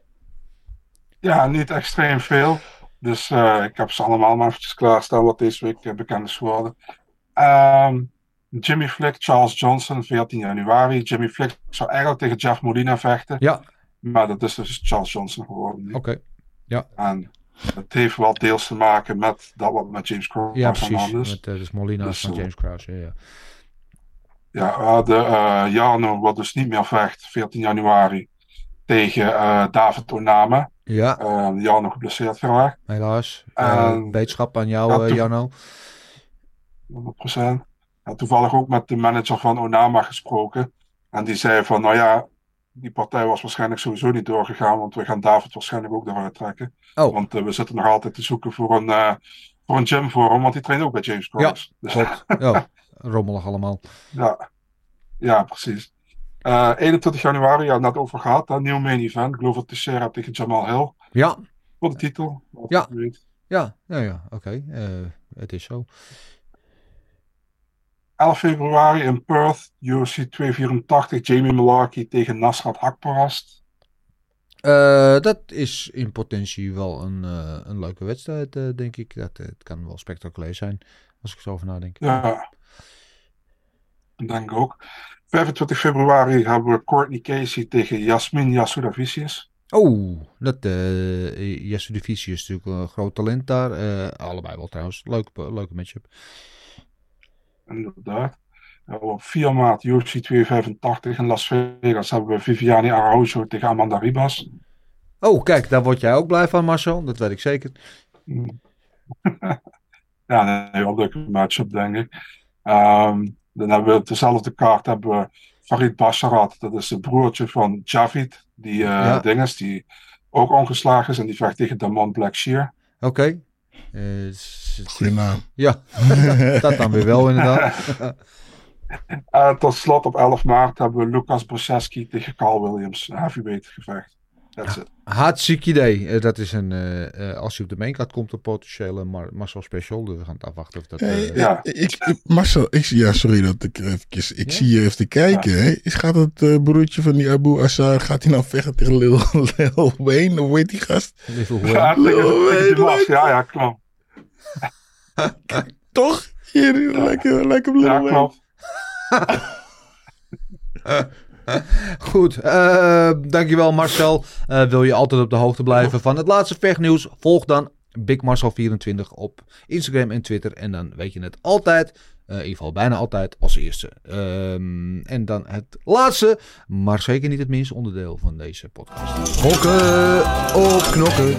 Ja, niet extreem veel. Dus uh, ik heb ze allemaal maar eventjes klaarstaan wat deze week uh, bekend is geworden. Um, Jimmy Flick, Charles Johnson, veertien januari. Jimmy Flick zou eigenlijk tegen Jeff Molina vechten. Ja. Maar dat is dus Charles Johnson geworden. Oké. Okay. Ja. En het heeft wel deels te maken met dat wat met James Krause ja, precies. aan de hand is. Met uh, dus Molina dus van James Krause, ja. Ja, ja de uh, Jarno wat dus niet meer vecht, veertien januari, tegen uh, David Onama. Ja. Uh, Jarno geblesseerd geraakt. Helaas. Uh, Wetenschap aan jou, ja, uh, Jarno. honderd procent. Ja, toevallig ook met de manager van Onama gesproken. En die zei van, nou ja, die partij was waarschijnlijk sowieso niet doorgegaan, want we gaan David waarschijnlijk ook eruit trekken. Oh. Want uh, we zitten nog altijd te zoeken voor een, uh, voor een gym voor hem, want die traint ook bij James Krause. Ja, dus, ja, rommelig allemaal. Ja, ja precies. Uh, eenentwintig januari, ja, net over gehad, een nieuw main event. Glover Teixeira tegen Jamal Hill. Ja. Voor de titel. Ja. ja, ja, ja, oké. Okay. Uh, het is zo. elf februari in Perth, U F C tweehonderdvierentachtig, Jamie Mullarkey tegen Nasrat Haqparast. Uh, dat is in potentie wel een, uh, een leuke wedstrijd, uh, denk ik. Dat, uh, het kan wel spectaculair zijn, als ik zo over nadenk. Ja, dat denk ik ook. vijfentwintig februari hebben we Courtney Casey tegen Yasmin Jasudavicius. Oh, dat uh, Jasudavicius is natuurlijk een groot talent daar. Uh, allebei wel trouwens. Leuk, leuke matchup. Inderdaad. Op vier maart U F C tweehonderdvijfentachtig in Las Vegas hebben we Viviane Araujo tegen Amanda Ribas. Oh, kijk, daar word jij ook blij van, Marcel. Dat weet ik zeker. Ja, een heel leuke matchup, denk ik. Um, dan hebben we op dezelfde kaart hebben we Farid Basharat. Dat is het broertje van Javid. Die uh, ja. ding is, die ook ongeslagen is. En die vecht tegen Damon Blackshear. Oké. Okay. Uh, Goeie naam. Ja, dat, dat dan weer wel inderdaad. uh, tot slot op elf maart hebben we Lucas Brzeski tegen Carl Williams. Een heavyweight gevecht. That's it. Hartstikke idee. Uh, dat is een, uh, uh, als je op de maincard komt, een potentiële Mar- Marcel Special. Dus we gaan het afwachten of dat... Uh... Hey, ja. ik, ik, Marcel, ik, ja, sorry dat ik even... Ik ja? zie je even te kijken. Ja. Hè? Gaat het uh, broertje van die Abu Assar, gaat hij nou vechten tegen Lil, Lil Wayne? Hoe heet die gast? Lil Wayne. Ja, Lil Wayne. Ja, ja, klopt. Toch? Hier, ja. lekker, lekker Lil Ja, klopt. Goed, uh, dankjewel Marcel. Uh, wil je altijd op de hoogte blijven van het laatste vechtnieuws? Volg dan Big Marcel vierentwintig op Instagram en Twitter. En dan weet je het altijd, uh, in ieder geval bijna altijd, als eerste. Um, en dan het laatste, maar zeker niet het minste onderdeel van deze podcast. Gokken op knokken.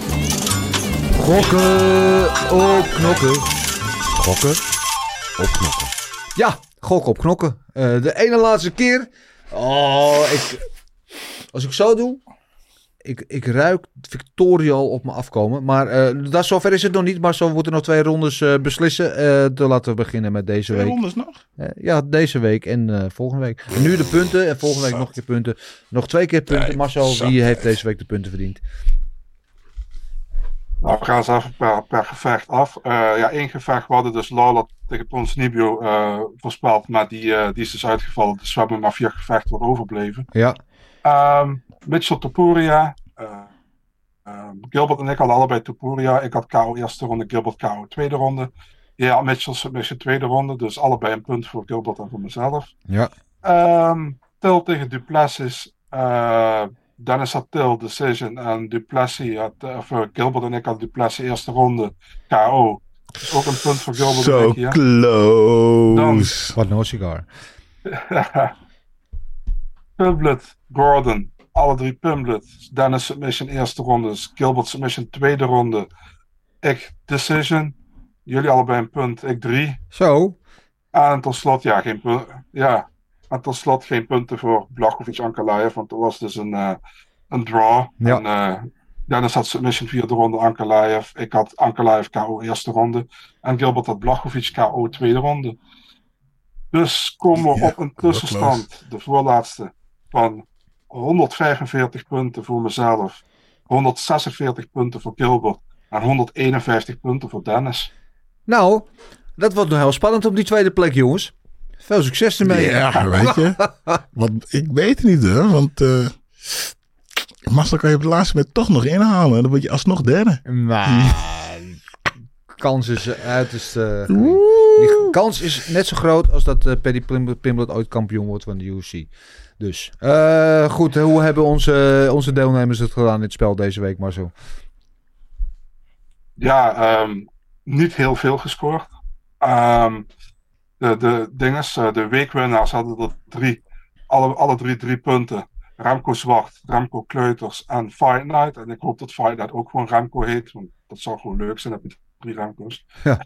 Gokken op knokken. Gokken op knokken. Ja, gokken op knokken. Uh, de ene laatste keer... Oh, ik, als ik zo doe, ik, ik ruik Victoria al op me afkomen. Maar uh, dat, zover is het nog niet. Maar zo moeten nog twee rondes uh, beslissen. Uh, dan laten we beginnen met deze twee week. Twee rondes nog? Uh, ja, deze week en uh, volgende week. En nu de punten en volgende week nog een keer punten. Nog twee keer punten. Nee, Marcel, wie heeft deze week de punten verdiend? Nou, we gaan eens even per, per gevecht af. Uh, ja, één gevecht. We hadden dus Lawler tegen Ponzinibbio uh, voorspeld. Maar die, uh, die is dus uitgevallen. Dus we hebben maar vier gevechten wat overbleven. Ja. Um, Mitchell Topuria. Uh, uh, Gilbert en ik hadden allebei Topuria. Ik had K O eerste ronde, Gilbert K O tweede ronde. Ja, Mitchell submission tweede ronde. Dus allebei een punt voor Gilbert en voor mezelf. Ja. Um, Till tegen Duplessis. Uh, Dennis had Till decision. En Duplessis had, uh, of uh, Gilbert en ik had Duplessis eerste ronde K O. Dus ook een punt voor Gilbert. So en ik, close. Wat no cigar. Pimblett, Gordon. Alle drie Pimblett. Dennis submission eerste ronde. Gilbert submission tweede ronde. Ik decision. Jullie allebei een punt. Ik drie. Zo. En tot slot, ja, geen punt. Ja. En tot slot geen punten voor Blachowicz Ankalaev. Want er was dus een, uh, een draw. Ja. En, uh, Dennis had submission vierde ronde Ankalaev. Ik had Ankalaev K O eerste ronde. En Gilbert had Blachowicz K O tweede ronde. Dus komen we Ja, op een tussenstand. De voorlaatste. Van honderdvijfenveertig punten voor mezelf. honderdzesenveertig punten voor Gilbert. En honderdeenenvijftig punten voor Dennis. Nou, dat wordt nog heel spannend op die tweede plek, jongens. Veel succes ermee. Ja, weet je. Want ik weet het niet, hoor. Want uh, Marcel kan je op de laatste moment toch nog inhalen. Dan word je alsnog derde. Maar kans is uiterst... Uh, die kans is net zo groot als dat uh, Paddy Pimblett ooit kampioen wordt van de U F C. Dus, uh, goed. Hoe hebben onze, onze deelnemers het gedaan in het spel deze week, Marcel? Ja, um, niet heel veel gescoord. Um, de, de dinges, de weekwinnaars hadden er drie. Alle, alle drie drie punten. Remco Zwart, Remco Kleuters en Fight Night. En ik hoop dat Fight Night ook gewoon Remco heet. Want dat zou gewoon leuk zijn. Dan heb je drie Remco's. Ja.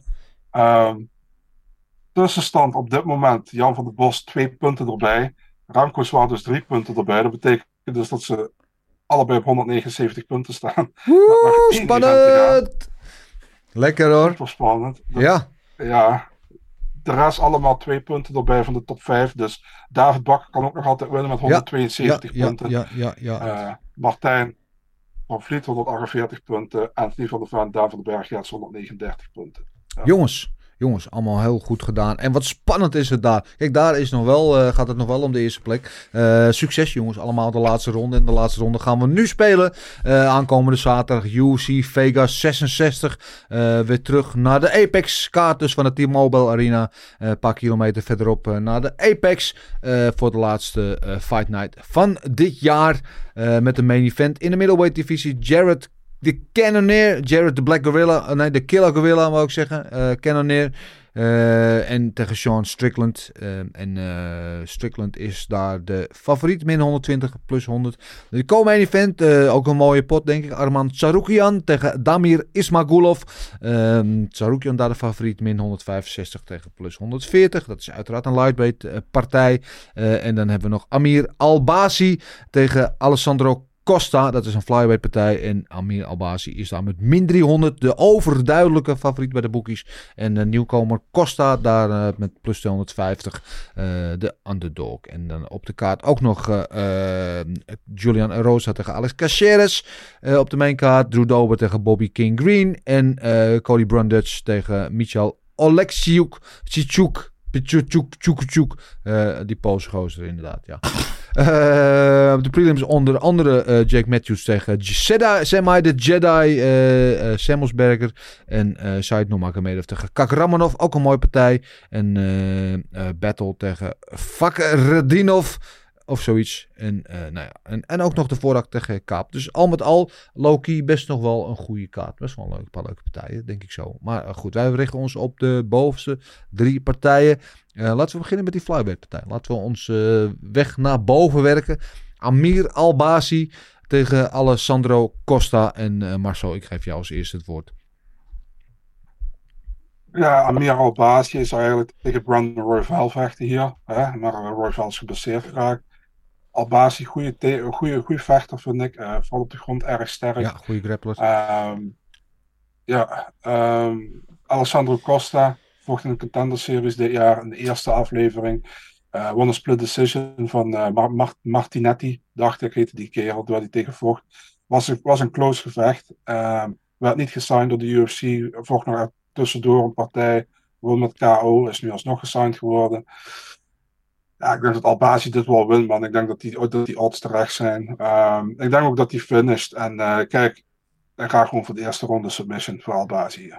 Um, tussenstand op dit moment. Jan van der Bos twee punten erbij. Remco Zwart dus drie punten erbij. Dat betekent dus dat ze allebei op honderdnegenenzeventig punten staan. Woe, spannend! Lekker hoor. Super spannend. Dat, ja. Ja. De rest allemaal twee punten erbij van de top vijf. Dus David Bakker kan ook nog altijd winnen met honderdtweeënzeventig ja, punten. Ja, ja, ja. ja. Uh, Martijn van Vliet honderdachtenveertig punten. Anthony van der Ven, Daan van den Berg, Jets honderdnegenendertig punten. Ja. Jongens. Jongens, allemaal heel goed gedaan. En wat spannend is het daar. Kijk, daar is nog wel, uh, gaat het nog wel om de eerste plek. Uh, succes jongens, allemaal de laatste ronde. In de laatste ronde gaan we nu spelen. Uh, aankomende zaterdag U F C Vegas zesenzestig. Uh, weer terug naar de Apex kaart. Dus van de T-Mobile Arena. Uh, een paar kilometer verderop uh, naar de Apex. Uh, voor de laatste uh, Fight Night van dit jaar. Uh, met de main event in de middleweight divisie. Jared de Cannonier, Jared de Black Gorilla, nee, de Killer Gorilla wou ik zeggen, uh, Cannonier. Uh, en tegen Sean Strickland. Uh, en uh, Strickland is daar de favoriet, min honderdtwintig plus honderd. De co-main event, uh, ook een mooie pot denk ik. Arman Tsarukyan tegen Damir Ismagulov. Uh, Tsarukyan daar de favoriet, min honderdvijfenzestig tegen plus honderdveertig. Dat is uiteraard een lightweight uh, partij. Uh, en dan hebben we nog Amir Albasi tegen Alessandro Costa, dat is een flyweight partij. En Amir Albasi is daar met min driehonderd de overduidelijke favoriet bij de boekies. En de nieuwkomer Costa daar uh, met plus tweehonderdvijftig uh, de underdog. En dan op de kaart ook nog uh, uh, Julian Erosa tegen Alex Caceres. Uh, op de mainkaart Drew Dober tegen Bobby King Green. En uh, Cody Brundage tegen Michal Oleksiuk. Chichuk. Pichuk, Chuk, uh, die Poolse gozer inderdaad, ja. Uh, de prelims onder andere uh, Jake Matthews tegen Jedi, Semi de Jedi, uh, uh, Samuelsberger en uh, Said Nurmagomedov tegen Kakramanov, ook een mooie partij. En uh, uh, Battle tegen Fakhretdinov of zoiets. En, uh, nou ja, en, en ook nog de voorraad tegen Kaap. Dus al met al, low-key best nog wel een goede kaart. Best wel een leuk, paar leuke partijen, denk ik zo. Maar uh, goed, wij richten ons op de bovenste drie partijen. Uh, laten we beginnen met die flyweight partij. Laten we ons uh, weg naar boven werken. Amir Albasi tegen Alessandro Costa. En uh, Marcel, ik geef jou als eerste het woord. Ja, Amir Albasi is eigenlijk tegen Brandon Royval vechten hier. Hè? Maar uh, Royval is geblesseerd geraakt. Albasi, goede, te- goede, goede vechter vind ik. Uh, valt op de grond erg sterk. Ja, goede grappler. Um, ja, um, Alessandro Costa vocht in de Contender Series dit jaar in de eerste aflevering. Uh, won een split decision van uh, Mar- Mar- Martinetti, dacht ik, heette die kerel, waar hij tegen vocht. Was een, was een close gevecht. Uh, werd niet gesigned door de U F C. Vocht nog tussendoor een partij. Won met K O. Is nu alsnog gesigned geworden. Ja, ik denk dat Albasi dit wel wint, man. Ik denk dat die, dat die odds terecht zijn. Um, ik denk ook dat hij finisht. En uh, kijk, ik ga gewoon voor de eerste ronde submission voor Albasi hier.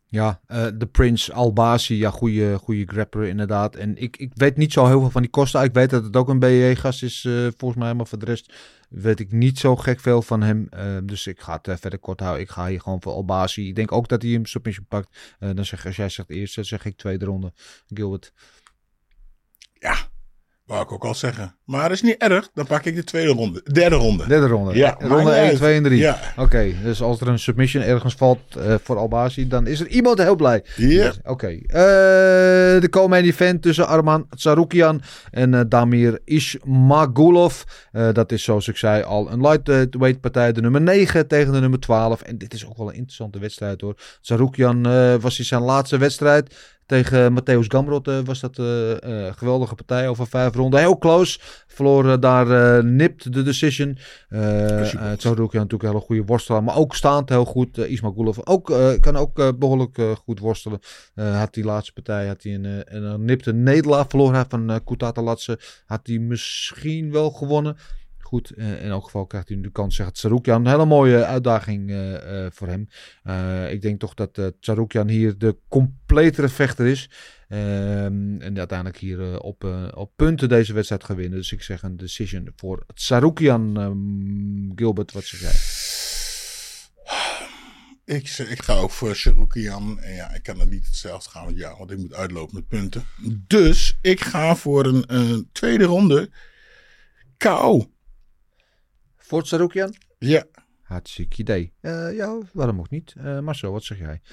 Ja, uh, de Prince Albazi, ja, goede, goede grappler inderdaad. En ik, ik weet niet zo heel veel van die kosten. Ik weet dat het ook een B J gast is, uh, volgens mij, maar voor de rest weet ik niet zo gek veel van hem. Uh, dus ik ga het uh, verder kort houden. Ik ga hier gewoon voor Albazi. Ik denk ook dat hij hem submission pakt. Uh, dan zeg, als jij zegt eerst, dan zeg ik tweede ronde. Gilbert. Ja, wou ik ook al zeggen. Maar dat is niet erg. Dan pak ik de tweede ronde. Derde ronde. Derde ronde. Ja, ronde één, twee en drie. Ja. Oké, okay, dus als er een submission ergens valt uh, voor Albazi, dan is er iemand heel blij. Ja. Oké. Okay. Uh, de co-main event tussen Arman Tsarukyan en uh, Damir Ismagulov. Uh, dat is, zoals ik zei, al een lightweight partij. De nummer negen tegen de nummer twaalf. En dit is ook wel een interessante wedstrijd, hoor. Tsarukyan uh, was in zijn laatste wedstrijd. Tegen Matthäus Gamrot uh, was dat een uh, uh, geweldige partij over vijf ronden. Heel close. Verloor uh, daar uh, nipt de decision. Tsarukyan uh, uh, natuurlijk een hele goede worstelaar. Maar ook staand heel goed. Uh, Ismagulov ook, uh, kan ook uh, behoorlijk uh, goed worstelen. Uh, had die laatste partij had hij een, uh, een nipte nederlaag. Verloor hij van uh, Kutateladze. Had hij misschien wel gewonnen. Goed, uh, in elk geval krijgt hij nu de kans, zegt Tsarukyan. Een hele mooie uitdaging uh, uh, voor hem. Uh, ik denk toch dat uh, Tsarukyan hier de completere vechter is. Uh, en uiteindelijk hier uh, op, uh, op punten deze wedstrijd gaat winnen. Dus ik zeg een decision voor Tsarukyan. Um, Gilbert, wat zeg jij? Ik, ik ga ook voor Tsarukyan. En ja, ik kan er niet hetzelfde gaan met jou, want ik moet uitlopen met punten. Dus ik ga voor een, een tweede ronde K O. Voor Tsarukyan? Ja. Hartstikke idee. Uh, ja, waarom ook niet? Uh, Marcel, wat zeg jij?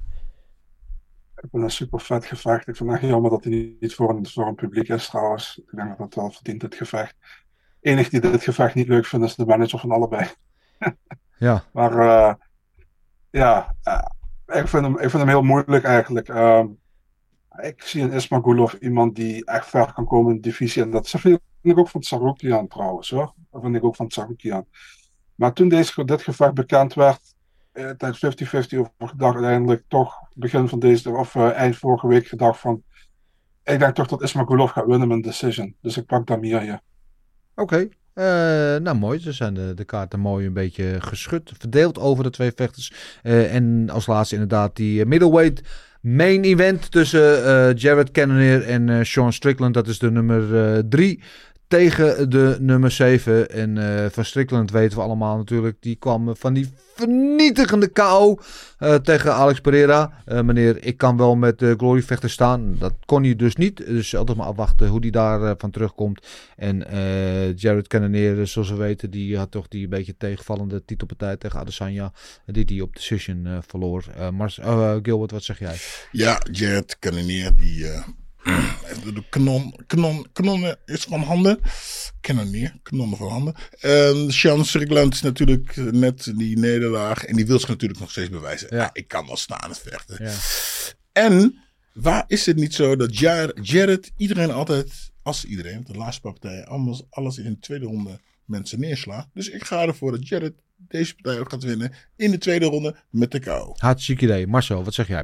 Ik ben een super vet gevecht. Ik vind het echt jammer dat hij niet voor een, voor een publiek is trouwens. Ik denk dat het wel verdient, het gevecht. De enige die dit gevecht niet leuk vindt is de manager van allebei. Ja. Maar uh, ja, uh, ik, vind hem, ik vind hem heel moeilijk eigenlijk. Uh, ik zie in Ismagulov iemand die echt ver kan komen in de divisie. En dat vind ik ook van Tsarukyan trouwens, hoor. Dat vind ik ook van Tsarukyan. Maar toen deze, dit gevecht bekend werd, eh, tijdens vijftig vijftig over gedacht, uiteindelijk toch begin van deze, of uh, eind vorige week gedacht van, ik denk toch dat Ismagulov gaat winnen met een decision. Dus ik pak Damir hier. Oké. Okay. Uh, nou mooi, ze zijn de, de kaarten mooi een beetje geschud, verdeeld over de twee vechters. Uh, en als laatste inderdaad die uh, middleweight main event tussen uh, Jared Cannonier en uh, Sean Strickland. Dat is de nummer drie. Uh, tegen de nummer zeven. En uh, van Strickland weten we allemaal natuurlijk. Die kwam van die vernietigende K O uh, tegen Alex Pereira. Uh, meneer, ik kan wel met de uh, Gloryvechter staan. Dat kon hij dus niet. Dus altijd maar afwachten hoe hij daar uh, van terugkomt. En uh, Jared Cannonier, zoals we weten, die had toch die een beetje tegenvallende titelpartij tegen Adesanya. Die die op decision uh, verloor. Uh, Mars, uh, Gilbert, wat zeg jij? Ja, Jared Cannonier, die... Uh... De kanon, kanon, kanonnen is van handen. Cannonier, kanonnen van handen. Uh, Sean Strickland is natuurlijk net die nederlaag. En die wil zich natuurlijk nog steeds bewijzen. Ja. Ah, ik kan wel staan het vechten. Ja. En waar is het niet zo dat Jared, Jared iedereen altijd, als iedereen, de laatste paar partijen, alles, alles in de tweede ronde mensen neerslaat. Dus ik ga ervoor dat Jared deze partij ook gaat winnen in de tweede ronde met de K O. Hartstikke idee. Marcel, wat zeg jij?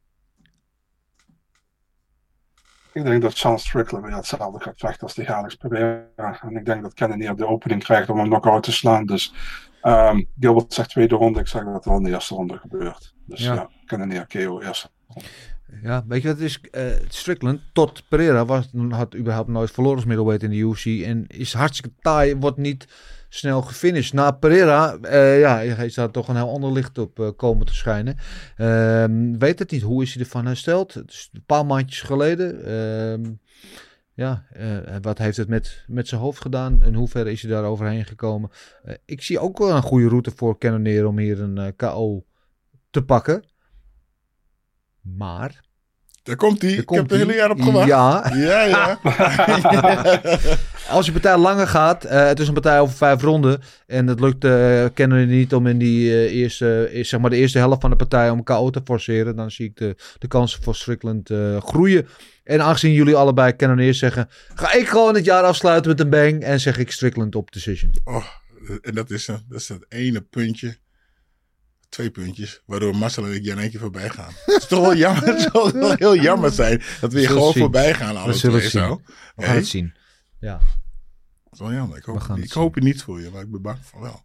Ik denk dat Sean Strickland weer hetzelfde gaat vechten als tegen Alex Pereira. En ik denk dat Cannonier de opening krijgt om hem knock-out te slaan. Dus um, Gilbert zegt tweede ronde. Ik zeg dat het wel in de eerste ronde gebeurt. Dus ja, ja Cannonier K O eerste ronde. Ja, weet je wat het is? Uh, Strickland tot Pereira was, had überhaupt nooit verloren als middleweight in de U F C. En is hartstikke taai, wordt niet snel gefinished. Na Pereira, uh, ja, hij staat toch een heel ander licht op uh, komen te schijnen. Uh, weet het niet, hoe is hij ervan hersteld? Het is een paar maandjes geleden. Uh, ja, uh, wat heeft het met, met zijn hoofd gedaan? In hoeverre is hij daar overheen gekomen? Uh, ik zie ook wel een goede route voor Cannonier om hier een uh, K O te pakken. Maar... Daar komt hij. Ik heb er hele jaar op gewacht. Ja. Ja, ja. Als je partij langer gaat, uh, het is een partij over vijf ronden. En het lukt uh, Cannonier niet om in die uh, eerste, uh, zeg maar de eerste helft van de partij om K O te forceren. Dan zie ik de, de kansen voor Strickland uh, groeien. En aangezien jullie allebei Cannonier zeggen, ga ik gewoon het jaar afsluiten met een bang. En zeg ik Strickland op decision. Oh, en dat is, dat is dat ene puntje. Twee puntjes, waardoor Marcel en ik je in één keer voorbij gaan. Het is toch wel jammer, het zal wel heel jammer zijn dat we je gewoon zien. voorbij gaan. Alle we zullen twee zien. Zo. We hey? gaan het zien. Ja. Dat is wel jammer. Ik hoop, ik hoop het niet voor je, maar ik ben bang van wel. We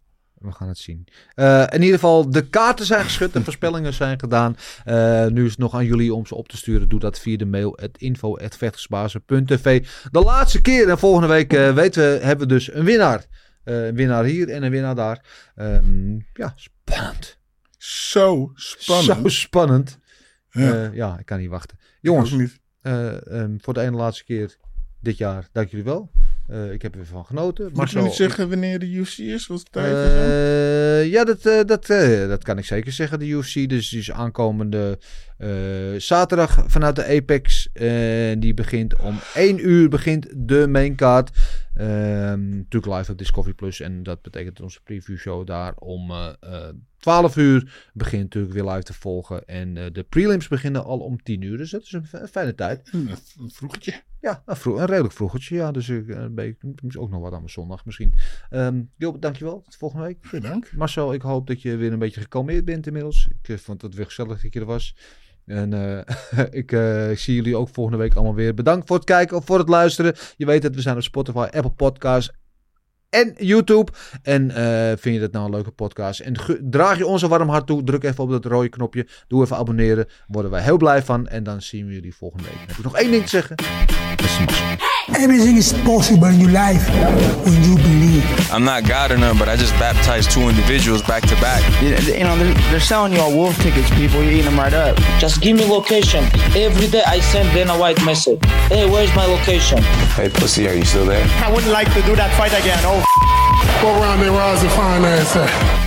we gaan het zien. Uh, in ieder geval, de kaarten zijn geschud. De voorspellingen zijn gedaan. Uh, nu is het nog aan jullie om ze op te sturen. Doe dat via de mail at info at vechtersbazen punt t v. De laatste keer. En volgende week uh, weten we, hebben we dus een winnaar. Uh, een winnaar hier en een winnaar daar. Um, ja, spannend. Zo spannend. Zo spannend. Ja, uh, ja ik kan niet wachten. Jongens, niet. Uh, um, voor de ene laatste keer dit jaar. Dank jullie wel. Uh, ik heb er weer van genoten. Moet je niet zeggen wanneer de U F C is? Wat tijd uh, ja, dat, uh, dat, uh, dat kan ik zeker zeggen. De U F C dus die is aankomende uh, zaterdag vanuit de Apex. Uh, die begint om één uur begint de maincard. Uh, natuurlijk live op Discovery Plus. En dat betekent onze preview show daar om uh, uh, twaalf uur. Begint natuurlijk weer live te volgen. En uh, de prelims beginnen al om tien uur. Dus dat is een, een fijne tijd. Een, een vroegetje. Ja, een, vroeg, een redelijk vroegertje. Ja, dus ik uh, ben ook nog wat aan mijn zondag misschien. Um, Gilbert, dankjewel. Tot volgende week. Veel dank. Marcel, ik hoop dat je weer een beetje gekalmeerd bent inmiddels. Ik uh, vond het weer gezellig dat je er was. En uh, ik, uh, ik zie jullie ook volgende week allemaal weer. Bedankt voor het kijken of voor het luisteren. Je weet het, we zijn op Spotify, Apple Podcasts en YouTube. En uh, vind je dat nou een leuke podcast? En ge- draag je ons een warm hart toe. Druk even op dat rode knopje. Doe even abonneren. Daar worden wij heel blij van. En dan zien we jullie volgende week. Dan heb ik nog één ding te zeggen. Dat is Marcel. Everything is possible in your life when you believe. I'm not God or none, but I just baptized two individuals back to back. You, you know, they're, they're selling you all wolf tickets, people. You're eating them right up. Just give me location. Every day I send Dana White message. Hey, where's my location? Hey, pussy, are you still there? I wouldn't like to do that fight again. Oh, Go around there, Roz, and find that.